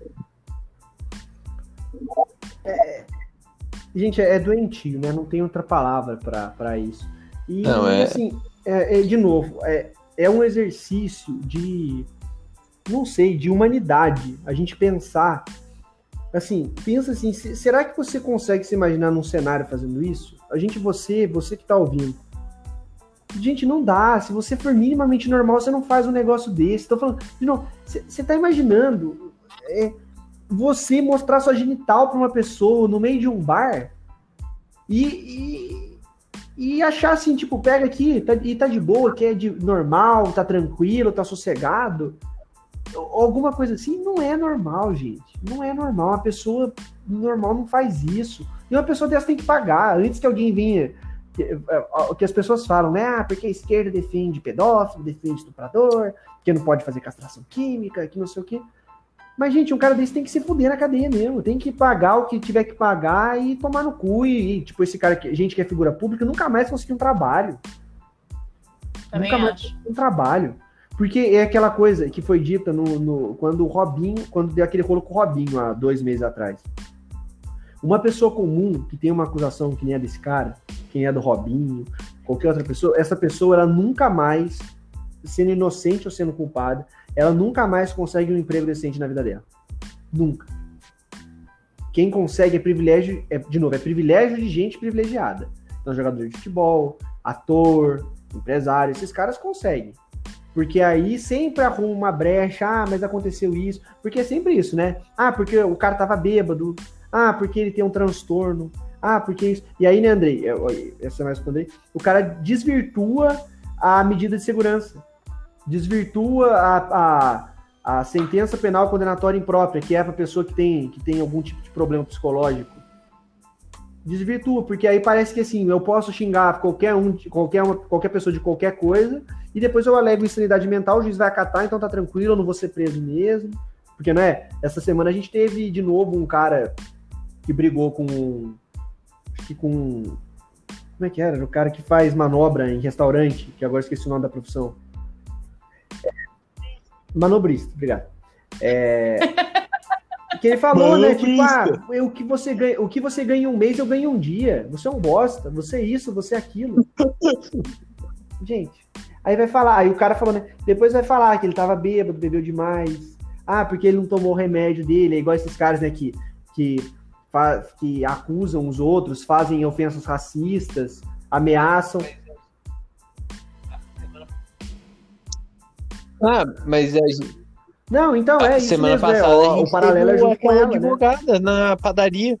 Gente, é doentio, né? Não tem outra palavra pra isso. E, não, assim, de novo, é um exercício de... não sei, de humanidade, a gente pensar, assim, pensa assim, será que você consegue se imaginar num cenário fazendo isso? Você que tá ouvindo, gente, não dá, se você for minimamente normal, você não faz um negócio desse, tô falando, de novo, você tá imaginando você mostrar sua genital pra uma pessoa no meio de um bar e achar assim, tipo, pega aqui, tá de boa, que é normal, tá tranquilo, tá sossegado, alguma coisa assim, não é normal, gente. Não é normal. Uma pessoa normal não faz isso. E uma pessoa dessa tem que pagar. Antes que alguém venha... que as pessoas falam, né? Porque a esquerda defende pedófilo, defende estuprador, que não pode fazer castração química, que não sei o quê. Mas, gente, um cara desse tem que se fuder na cadeia mesmo. Tem que pagar o que tiver que pagar e tomar no cu. E tipo, esse cara, gente que é figura pública, nunca mais conseguiu um trabalho. Também nunca mais acho. conseguiu um trabalho. Porque é aquela coisa que foi dita quando o Robinho, quando deu aquele rolo com o Robinho há 2 meses atrás. Uma pessoa comum que tem uma acusação que nem a desse cara, quem é do Robinho, qualquer outra pessoa, essa pessoa, ela nunca mais, sendo inocente ou sendo culpada, ela nunca mais consegue um emprego decente na vida dela. Nunca. Quem consegue é privilégio, é privilégio de gente privilegiada. Então, jogador de futebol, ator, empresário, esses caras conseguem. Porque aí sempre arruma uma brecha, mas aconteceu isso. Porque é sempre isso, né? Porque o cara tava bêbado. Porque ele tem um transtorno. Porque isso. E aí, né, Andrei? Essa é mais pra Andrei. O cara desvirtua a medida de segurança. Desvirtua a sentença penal condenatória imprópria, que é para pessoa que tem algum tipo de problema psicológico, desvirtua, porque aí parece que assim, eu posso xingar qualquer pessoa de qualquer coisa, e depois eu alego insanidade mental, o juiz vai acatar, então tá tranquilo, eu não vou ser preso mesmo. Porque, não é? Essa semana a gente teve de novo um cara que brigou com. Como é que era? Era o cara que faz manobra em restaurante, que agora esqueci o nome da profissão. Manobrista, obrigado. Que ele falou, né? Tipo, o que você ganha em um mês, eu ganho em um dia. Você é um bosta, você é isso, você é aquilo. Gente, aí vai falar, aí o cara falou, né? Depois vai falar que ele tava bêbado, bebeu demais. Porque ele não tomou o remédio dele, é igual esses caras, né, que acusam os outros, fazem ofensas racistas, ameaçam. Mas não, então isso semana mesmo, passada a gente o paralelo é junto com ela, advogada, né? Na padaria.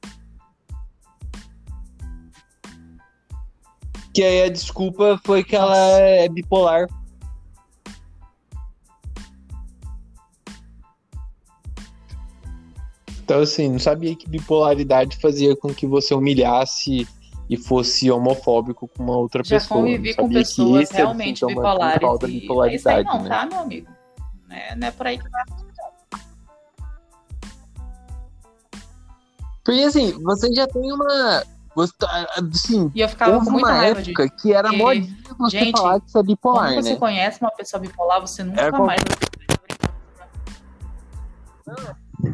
Que aí a desculpa foi que ela é bipolar. Então, assim, não sabia que bipolaridade fazia com que você humilhasse e fosse homofóbico com uma outra pessoa. Já convivi com pessoas realmente bipolares. E isso aí não, né? Tá, meu amigo? Não é por aí que vai. Porque, assim, você já tem uma... Assim, e eu ficava com muita raiva época que era modinha você falar que você é bipolar, quando você conhece uma pessoa bipolar, você nunca mais vai...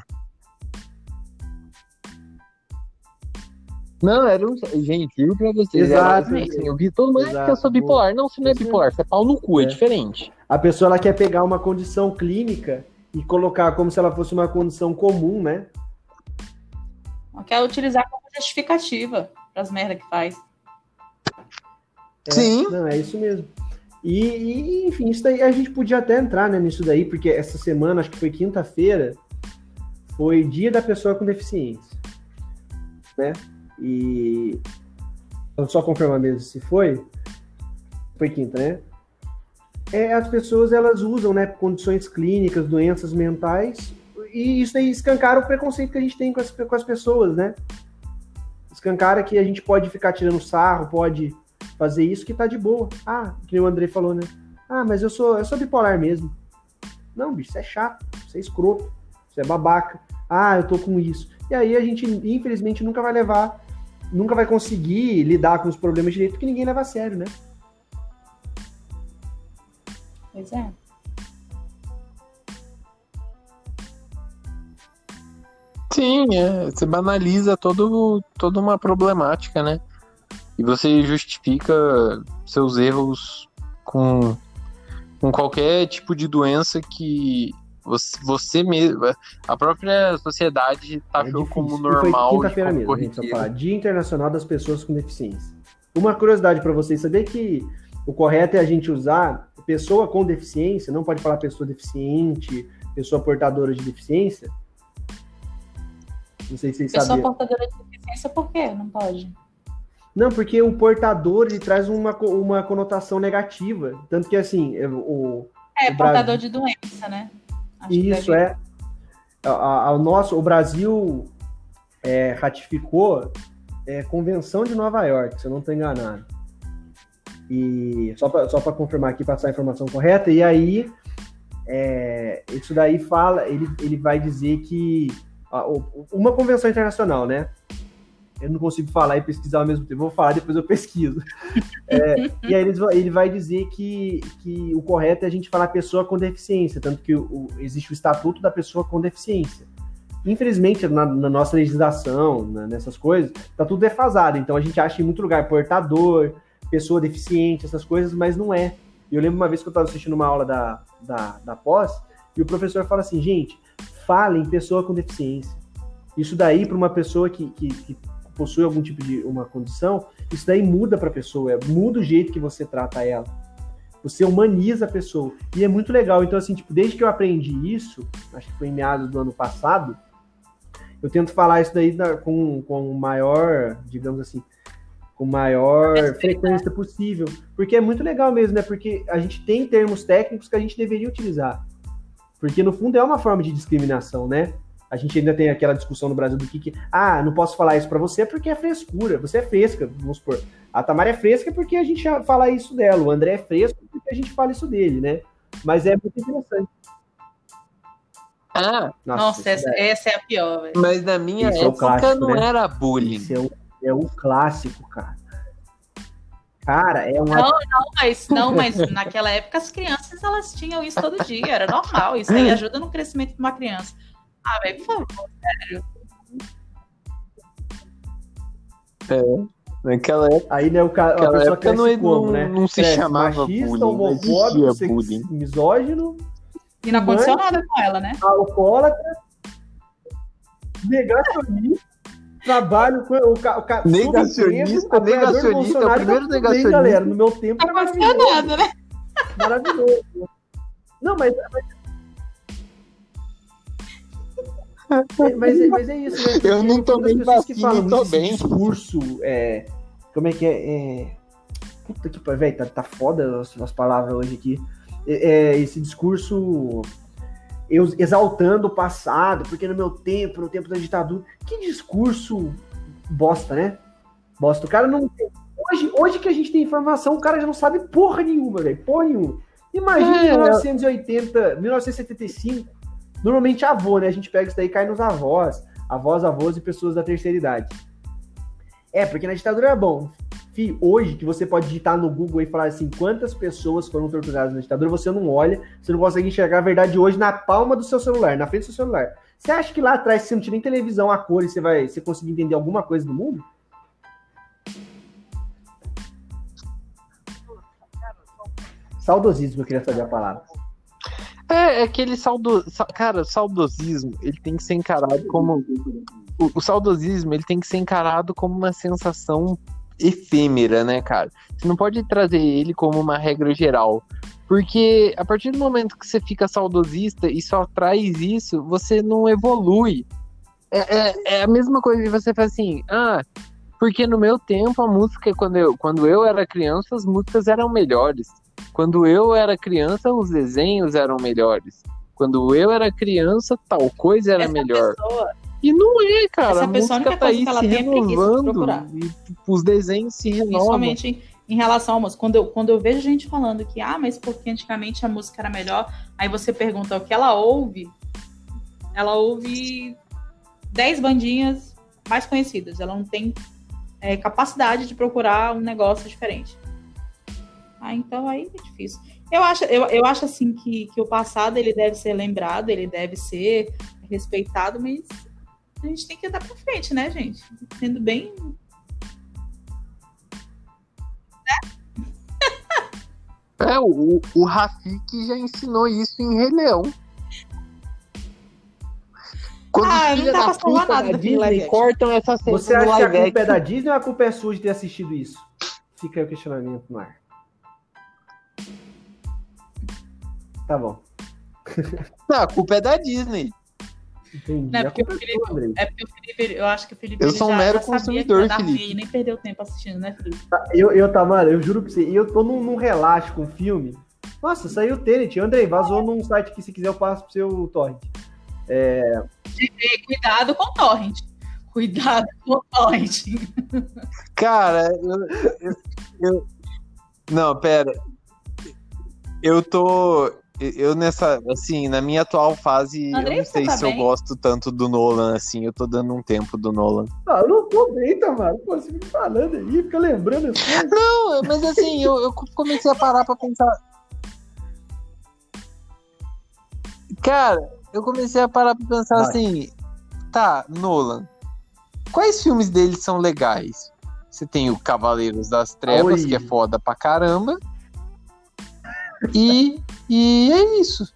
Não, gente, juro pra vocês. Exato. Assim, eu vi todo mundo que eu sou bipolar. Não, você não é bipolar, você é pau no cu, é diferente. A pessoa ela quer pegar uma condição clínica e colocar como se ela fosse uma condição comum, né? Ela quer utilizar como justificativa para as merdas que faz. Sim. Não, é isso mesmo. E, enfim, isso daí a gente podia até entrar, né, nisso daí, porque essa semana, acho que foi quinta-feira, foi Dia da Pessoa com Deficiência, né? E vou só confirmar mesmo se foi quinta, né? As pessoas elas usam, né, condições clínicas, doenças mentais, e isso aí escancara o preconceito que a gente tem com as pessoas, né? Escancara que a gente pode ficar tirando sarro, pode fazer isso que tá de boa. Que o André falou, né? Mas eu sou bipolar mesmo. Não, bicho, você é chato, você é escroto, você é babaca. Eu tô com isso. E aí a gente, infelizmente, nunca vai conseguir lidar com os problemas direito, porque ninguém leva a sério, né? Pois é. Sim, você banaliza toda uma problemática, né? E você justifica seus erros com qualquer tipo de doença que você mesmo, a própria sociedade taxou como normal. E foi quinta-feira mesmo, a gente só falar. Dia Internacional das Pessoas com Deficiência. Uma curiosidade para vocês, saber que o correto é a gente usar pessoa com deficiência, não pode falar pessoa deficiente, pessoa portadora de deficiência? Não sei se vocês sabem. Pessoa portadora de deficiência, por quê? Não pode? Não, porque o portador ele traz uma conotação negativa. Tanto que, assim, o portador de doença, né? Isso o Brasil ratificou a Convenção de Nova York, se eu não estou enganado. E só para confirmar aqui, passar a informação correta, e aí isso daí fala, ele vai dizer que uma convenção internacional, né? Eu não consigo falar e pesquisar ao mesmo tempo, vou falar, depois eu pesquiso. E aí ele vai dizer que o correto é a gente falar pessoa com deficiência, tanto que existe o Estatuto da Pessoa com Deficiência. Infelizmente, na nossa legislação, nessas coisas, tá tudo defasado, então a gente acha em muito lugar portador, pessoa deficiente, essas coisas, mas não é. Eu lembro uma vez que eu estava assistindo uma aula da pós, e o professor fala assim, gente, falem pessoa com deficiência. Isso daí, para uma pessoa que possui algum tipo de uma condição, isso daí muda para a pessoa, muda o jeito que você trata ela. Você humaniza a pessoa. E é muito legal. Então, assim, desde que eu aprendi isso, acho que foi em meados do ano passado, eu tento falar isso daí com maior, digamos assim, com maior frequência possível. Porque é muito legal mesmo, né? Porque a gente tem termos técnicos que a gente deveria utilizar. Porque, no fundo, é uma forma de discriminação, né? A gente ainda tem aquela discussão no Brasil do que não posso falar isso pra você porque é frescura. Você é fresca, vamos supor. A Tamara é fresca porque a gente fala isso dela. O André é fresco porque a gente fala isso dele, né? Mas é muito interessante. Nossa, essa é a pior, velho. Mas na minha época clássico, não era bullying. Esse é o clássico, cara. Cara, é uma... Não, mas naquela época as crianças, elas tinham isso todo dia. Era normal. Isso aí ajuda no crescimento de uma criança. Velho, por favor, sério. Naquela época... Aí, né, a pessoa cresce como, né? Não se chamava machista, bullying, homofóbico, misógino... E não aconteceu nada com ela, né? Alcoólatra, negacionista, trabalho com o negacionista, o primeiro negacionista. Galera, no meu tempo não aconteceu nada, né? Maravilhoso. Não, mas é isso, né? Eu não tomei vacina, não tô bem. Discurso, como é que é? Puta que pariu, velho, tá foda as palavras hoje aqui. Esse discurso exaltando o passado, porque no tempo da ditadura. Que discurso bosta, né? Bosta. O cara não tem. Hoje que a gente tem informação, o cara já não sabe porra nenhuma, velho. Porra nenhuma. Imagina em 1980, 1975. Normalmente avô, né? A gente pega isso daí e cai nos avós e pessoas da terceira idade. Porque na ditadura era bom. Fih, hoje que você pode digitar no Google e falar assim, quantas pessoas foram torturadas na ditadura, você não olha, você não consegue enxergar a verdade hoje na palma do seu celular, na frente do seu celular. Você acha que lá atrás, se você não tinha nem televisão a cores, você conseguir entender alguma coisa do mundo? Saudosismo, eu queria saber a palavra. Aquele saudosismo, ele tem que ser encarado como... O saudosismo, ele tem que ser encarado como uma sensação efêmera, né, cara? Você não pode trazer ele como uma regra geral, porque a partir do momento que você fica saudosista e só traz isso, você não evolui. É a mesma coisa que você fala assim, porque no meu tempo a música, quando eu era criança, as músicas eram melhores. Quando eu era criança, os desenhos eram melhores. Quando eu era criança, tal coisa era melhor. E não é, cara. Essa pessoa, a música tá aí se renovando. E os desenhos se renovam. Principalmente em relação à música. Quando eu vejo gente falando que, mas porque antigamente a música era melhor, aí você pergunta o que ela ouve 10 bandinhas mais conhecidas. Ela não tem capacidade de procurar um negócio diferente. Então aí é difícil. Eu acho assim que o passado ele deve ser lembrado, ele deve ser respeitado, mas a gente tem que andar pra frente, né, gente? Sendo bem... O Rafiki já ensinou isso em Rei Leão. Quando os filhos da puta da Disney cortam essa cena. Você acha que a culpa é da Disney ou a culpa é sua de ter assistido isso? Fica aí o questionamento no ar. Tá bom. Não, a culpa é da Disney. Entendi. Não, porque o Felipe, eu acho que o Felipe... Eu sou um mero consumidor, Felipe. Ele nem perdeu tempo assistindo, né, Felipe? Mano, eu juro pra você, eu tô num relaxo com o filme. Nossa, saiu o Tenet. Andrei, vazou num site que se quiser eu passo pro seu torrent. Cuidado com o torrent. Cuidado com o torrent. Cara, eu... Não, pera. Eu nessa, assim, na minha atual fase, Andrei, eu não sei se eu gosto tanto do Nolan, assim, eu tô dando um tempo do Nolan. Eu não tô bem, Tamara. Pô, você fica falando aí, fica lembrando as coisas. Não, mas assim, eu comecei a parar pra pensar. Cara, eu comecei a parar pra pensar assim, Nolan, quais filmes dele são legais? Você tem o Cavaleiros das Trevas, que é foda pra caramba. E é isso.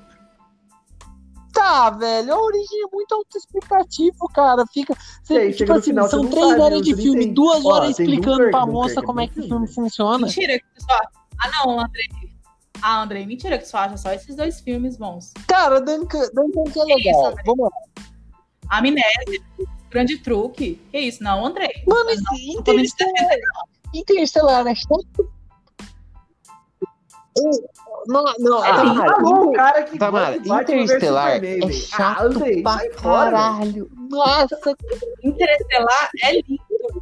Velho, a origem é muito autoexplicativo, cara. Tipo assim, final, são 3 horas de filme, 2 horas explicando pra moça como é que o filme funciona. Mentira que tu só... não, Andrei. Andrei, mentira que tu só acha só esses 2 filmes bons. Cara, Duncan é legal. Isso, vamos lá. Amnésia, Grande Truque. Que isso? Não, Andrei. Mano, Interestelar é chato. Não, Falou o cara que Tamara, gosta de Batman versus Interestelar Superman, é velho. chato Andrei, pra sai fora, velho. caralho. Nossa, Interestelar é lindo.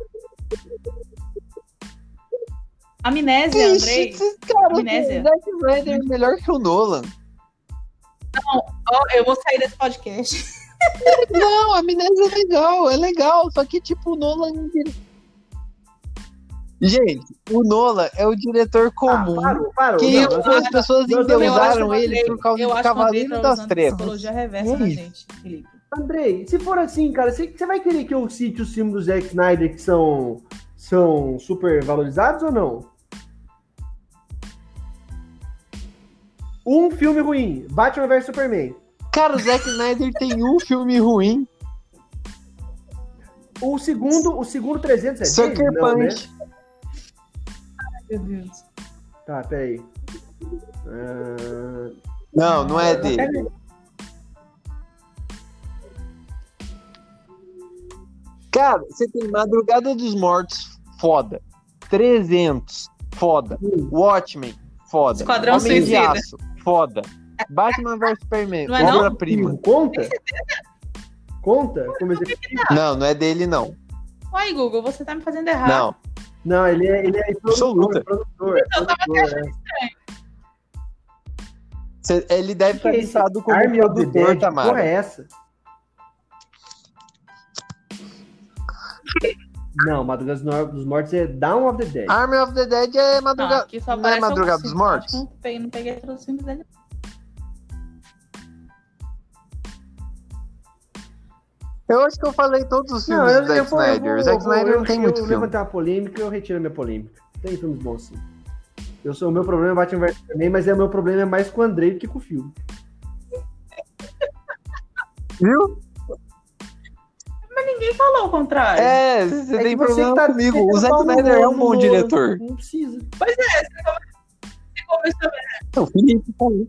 Amnésia, Andrei. cara, Amnésia. Zack Snyder é melhor que o Nolan. Ó, eu vou sair desse podcast. Não, a Amnésia é legal, só que tipo, o Nolan... Gente, o Nolan é o diretor comum. Parou. Que Não, as pessoas nós- endeusaram ele por causa Eu do acho que o Andrei Cavaleiro tá das usando Trevas. psicologia reversa É na isso. gente, Felipe. Andrei, se for assim, cara, você vai querer que eu cite os filmes do Zack Snyder que são super valorizados ou não? Um filme ruim, Batman vs Superman. Cara, o Zack Snyder tem um filme ruim, O segundo 300 é Sucker dele? Não, né? Punch. Meu Deus. Tá, peraí. Não é dele. Cara, você tem Madrugada dos Mortos, foda. 300, foda. Watchmen, foda. Esquadrão Homem de Suicida. Aço, foda. Batman vs Superman, Não é não? obra-prima. Conta? Conta? Como executivo? Não é dele, não. Uai, Google, você tá me fazendo errar. Não. Não, ele é Absoluta. produtor. Então, tava Ele deve estar listado como Army of the produtor, Dead, Tamara. porra é essa? Não, Madrugada dos Mortos é Dawn of the Dead. Army of the Dead é Não, madrugada. aqui só Não é aparece Madrugada um dos cinco, Mortos? acho que não peguei todos os filmes dele. Eu acho que eu falei todos os filmes do Zack Snyder. O Zack Snyder não tem muito Eu filme. levantar uma polêmica, eu retiro a minha polêmica. Tem filmes bons, sim. O meu problema é Batman vs Superman, mas o meu problema é mais com o Andrei do que com o filme. Viu? Ninguém falou o contrário. É, você tem que problema que tá comigo. metendo O Zack pau no Snyder é um Nolan, bom diretor. Não precisa. Você começou Não, o Felipe falou.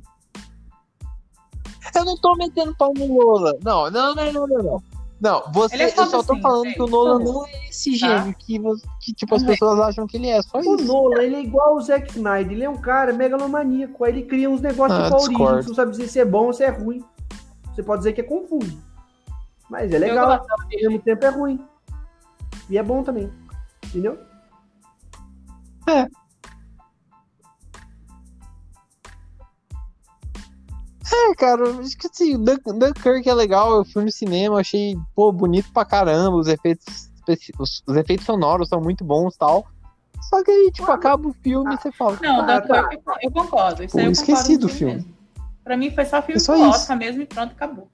Eu não tô metendo pau no Nolan. Não. Não, Ele é eu foda só tô sim, falando sei, que o Nolan falou. não é esse Tá. gênio que tipo, as pessoas acham que ele é. Só O isso. Nolan, ele é igual o Zack Snyder. Ele é um cara megalomaníaco. Aí ele cria uns negócios tipo a origem. discordo. Você não sabe dizer se é bom ou se é ruim. Você pode dizer que é confuso. Mas é Eu legal. gosto Ao mesmo tempo é ruim. E é bom também. Entendeu? Cara, eu acho que assim, Dunkirk é legal, eu fui no cinema, achei, pô, bonito pra caramba, os efeitos sonoros são muito bons e tal. Só que aí, tipo, acaba o filme e você fala. Não, Tá. Dunkirk eu concordo. Isso aí eu esqueci concordo do com você filme. mesmo. Pra mim foi só filme É só do isso. Oscar mesmo e pronto, acabou.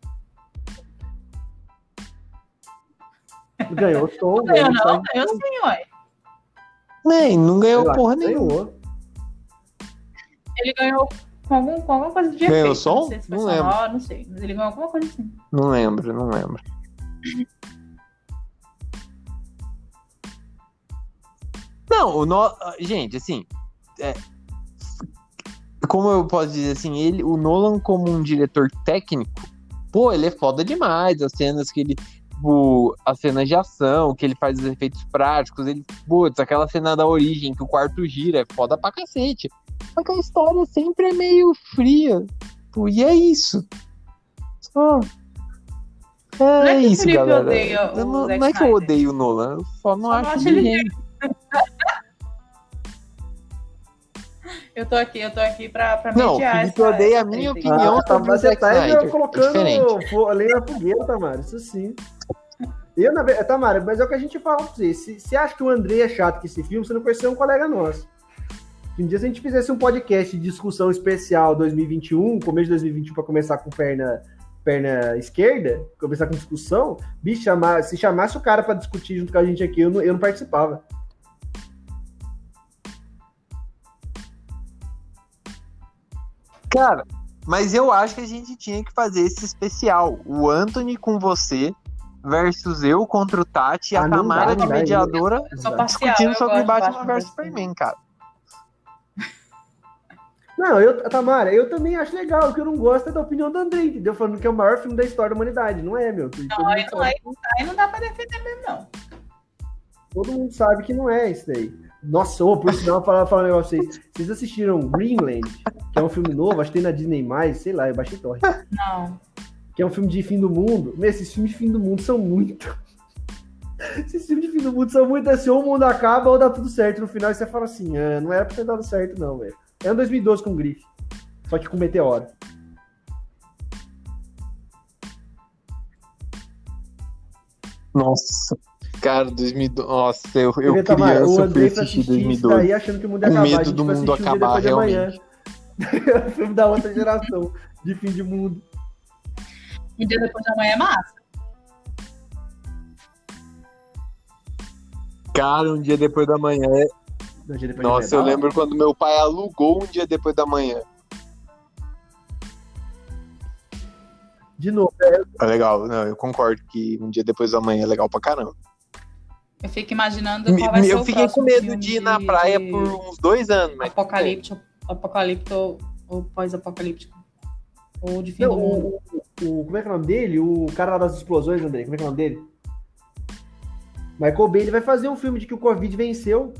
Ganhou o tom. Não ganhou não, ganhou sim, ué. Nem, não ganhou Eu acho porra que nenhuma. ganhou. Ele ganhou com alguma coisa de efeito. Ganhou som? Não sei se foi Não sonoro, não sei. Mas ele ganhou alguma coisa assim. Não lembro. Não, gente, assim, como eu posso dizer assim, o Nolan como um diretor técnico, pô, ele é foda demais, as cenas que ele, as cenas de ação, que ele faz os efeitos práticos, putz, aquela cena da origem, que o quarto gira, é foda pra cacete. Só que a história sempre é meio fria, pô, e é isso. Só... Não é que o isso, Felipe galera. odeia o Não Zack é que eu Snyder. odeio o Nolan, eu só não Só acho não acho ele ele gênio. Eu tô aqui pra Não, o mediar Felipe essa- odeia essa a minha treta aí. opinião. Tá, sobre o você Zack tá Snyder. colocando É diferente. lenha na fogueira, Tamara. Isso sim. Tamara, mas é o que a gente fala pra você. Se você acha que o André é chato com esse filme, você não conheceu um colega nosso. Um dia, se a gente fizesse um podcast de discussão especial 2021, começo de 2021, pra começar com perna esquerda, começar com discussão, bicho, se chamasse o cara pra discutir junto com a gente aqui, eu não participava. Cara, mas eu acho que a gente tinha que fazer esse especial. O Anthony com você versus eu contra o Tati e a Ah, não Tamara dá, de não dá, mediadora Eu sou parcial, discutindo eu sobre gosto de Batman vs vs Superman, cara. Não, Tamara, eu também acho legal. O que eu não gosto é da opinião do André, entendeu? Falando que é o maior filme da história da humanidade. Não é, meu. Não, aí não dá pra defender mesmo, não. Todo mundo sabe que não é isso daí. Nossa, por sinal, falar um negócio pra vocês. Vocês assistiram Greenland, que é um filme novo, acho que tem na Disney+, sei lá, eu baixei torre. Não. Que é um filme de fim do mundo. Meu, esses filmes de fim do mundo são muito... Esses filmes de fim do mundo são muito assim, ou o mundo acaba ou dá tudo certo no final, e você fala assim, não era pra ter dado certo não, velho. É um 2012 com grife, só que com meteoro. Nossa, cara, 2012. Nossa, eu Porque, criança o fui Andrei foi assistir assistir isso 2012. daí achando que o mundo ia Com acabar. medo A gente do foi mundo assistir um dia acabar, depois de amanhã. realmente. O filme da outra geração, de fim de mundo. Um dia depois de amanhã é massa. Cara, um dia depois da manhã. Um dia depois de Nossa, eu amanhã, lembro quando meu pai alugou um dia depois da manhã. De novo, É legal, não, eu concordo que um dia depois da manhã é legal pra caramba. Eu fico imaginando qual vai ser Eu o fiquei com próximo medo filme de ir na praia por uns 2 anos, mas. apocalíptico ou pós-apocalíptico. Ou de fim não, do mundo. como é que é o nome dele? O cara lá das explosões, Andrei, como é que é o nome dele? Michael Bay, ele vai fazer um filme de que o Covid venceu.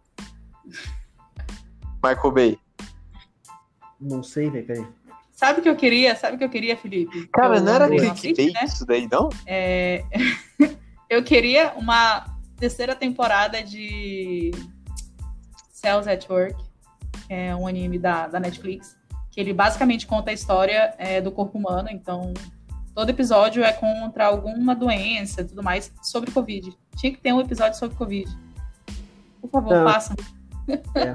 Michael Bay. Não sei, velho, peraí. Sabe o que eu queria? Felipe? Cara, Eu não era não clickbait assisti, né? isso daí, não? Eu queria uma terceira temporada de Cells at Work, que é um anime da Netflix, que ele basicamente conta a história do corpo humano, então todo episódio é contra alguma doença e tudo mais sobre Covid. Tinha que ter um episódio sobre Covid. Por favor, façam. É.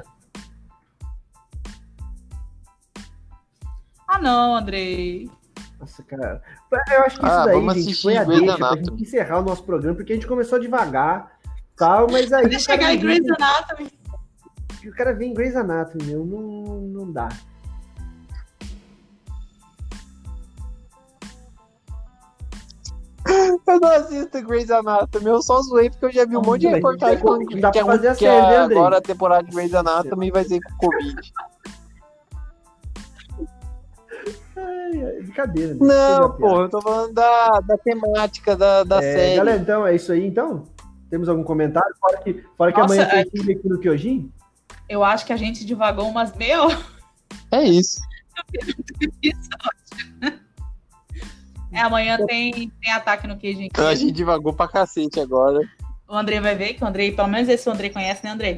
Ah, não, Andrei. Nossa, cara. Eu acho que isso daí, vamos gente, assistir foi a Grey's deixa pra Anatomy. gente encerrar o nosso programa, porque a gente começou devagar, tal, mas aí... Deixa chegar em Grey's Anatomy. O cara vem em Grey's Anatomy, meu, não dá. Eu não assisto Grey's Anatomy, eu só zoei porque eu já vi um monte de reportagem falando que dá pra fazer a que série, né, Andrei? agora a temporada de Grey's Anatomy vai ser com Covid. É brincadeira. Né? Não, pô, eu tô falando da temática da série. Galera, então, é isso aí, então? Temos algum comentário? Fora que amanhã tem filme aqui no Kyojin? Eu acho que a gente divagou umas meia hora. É isso. Amanhã tem ataque no Kyojin. A gente divagou pra cacete agora. O Andrei vai ver, que o Andrei, pelo menos esse o Andrei conhece, né, Andrei?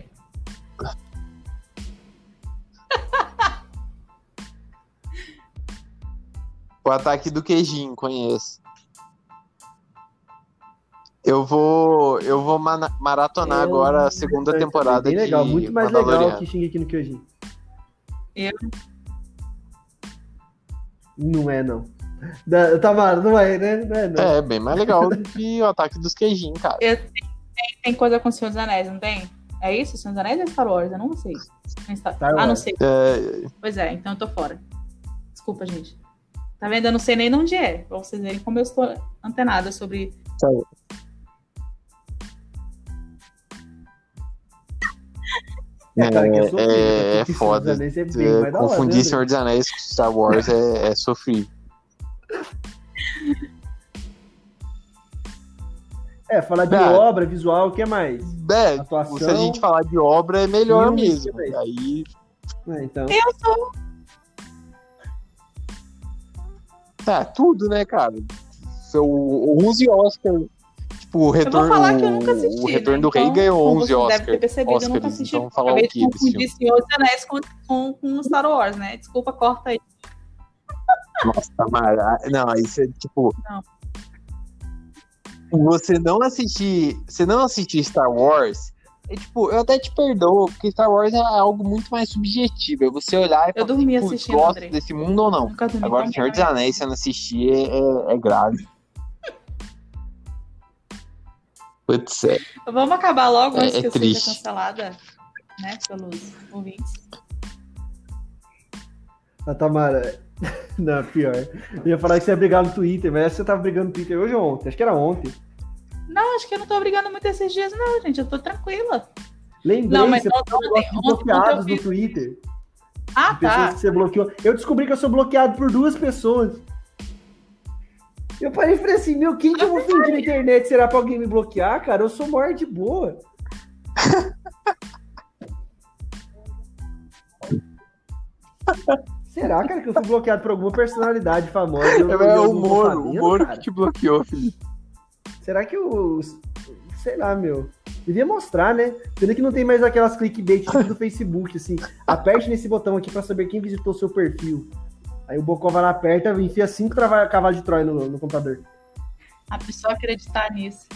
O ataque do Queijinho, conheço. Eu vou maratonar agora a segunda temporada bem legal, de muito mais legal que Shingeki no Kyojin. Não é, não. Tamara, não é, né? Não é, não. É, bem mais legal do que o ataque dos queijinhos, cara. Tem coisa com o Senhor dos Anéis, não tem? É isso? Senhor dos Anéis ou Star Wars? Eu não sei. Não sei. Pois é, então eu tô fora. Desculpa, gente. Tá vendo? Eu não sei nem de onde é. Pra vocês verem como eu estou antenada sobre... É foda. Confundir Senhor dos Anéis com Star Wars é sofrível. Falar de obra, visual, o que mais? Atuação. Se a gente falar de obra, é melhor mesmo. Aí... então. Eu sou... tudo, né, cara? O 11 Oscar. Tipo, o retorno, eu vou falar que eu nunca assisti, o Retorno do Rei então, ganhou 11 Oscars. Deve ter percebido, eu nunca assisti. Então, falar acabei o quê de confundir Senhor dos Anéis com Star Wars, né? Desculpa, corta aí. Nossa, Tamara. Não, isso é tipo... Não. Você não assistir Star Wars... tipo, eu até te perdoo, porque Star Wars é algo muito mais subjetivo. É você olhar e falar, eu dormi assistindo, gosto Andrei. desse mundo ou não. Agora, Senhor dos Anéis, se eu não assistir, é grave. Putz, Vamos acabar logo antes que eu triste. seja cancelada, né, pelos ouvintes. A Tamara... Não, pior. Eu ia falar que você ia brigar no Twitter, mas você tava brigando no Twitter hoje ou ontem? Acho que era ontem. Não, acho que eu não tô brigando muito esses dias, não, gente. Eu tô tranquila. Lembrei, não, mas você ontem, bloqueados no Twitter. Ah, tá. Que você bloqueou. Eu descobri que eu sou bloqueado por 2 pessoas. Eu parei e falei assim, quem que eu vou fingir na internet? Será pra alguém me bloquear, cara? Eu sou maior de boa. Será, cara, que eu fui bloqueado por alguma personalidade famosa? É o não tô sabendo, Moro cara? que te bloqueou, Felipe. Será que sei lá, meu. Devia mostrar, né? Pena que não tem mais aquelas clickbait tipo do Facebook, assim. Aperte nesse botão aqui pra saber quem visitou seu perfil. Aí o Bocó vai lá, aperta e enfia 5 cavalos de Troia no computador. A pessoa acreditar nisso.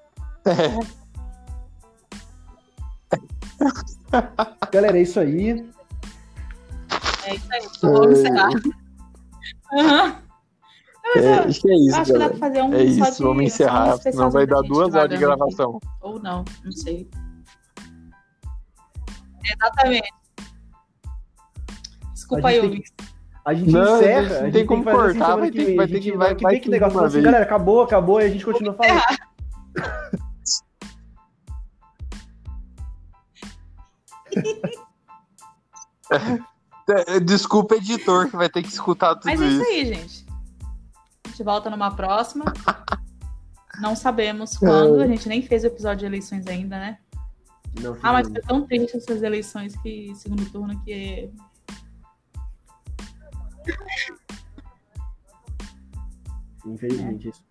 Galera, é isso aí. É isso aí. Vamos encerrar. Uhum. Acho que é isso, Acho que dá galera. pra fazer um É isso, só de, vamos encerrar, só um senão vai dar especialzinho 2 horas de divagando aqui. gravação. Ou não sei. Exatamente. Desculpa aí, ouvintes. A gente Não, encerra. não tem como cortar, vai ter que vai que negócio assim, galera, acabou, e a gente continua falando. Desculpa, editor, que vai ter que escutar tudo Mas é isso. isso aí, gente. A gente volta numa próxima. Não sabemos quando. A gente nem fez o episódio de eleições ainda, né? Não, Mas foi tão triste essas eleições que segundo turno que infelizmente isso.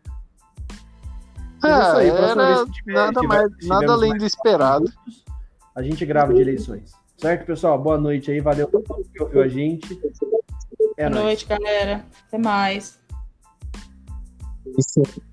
Nada além do esperado. A gente grava de eleições. Certo, pessoal? Boa noite aí. Valeu por todo mundo que ouviu a gente. Boa noite, galera. Até mais. Isso.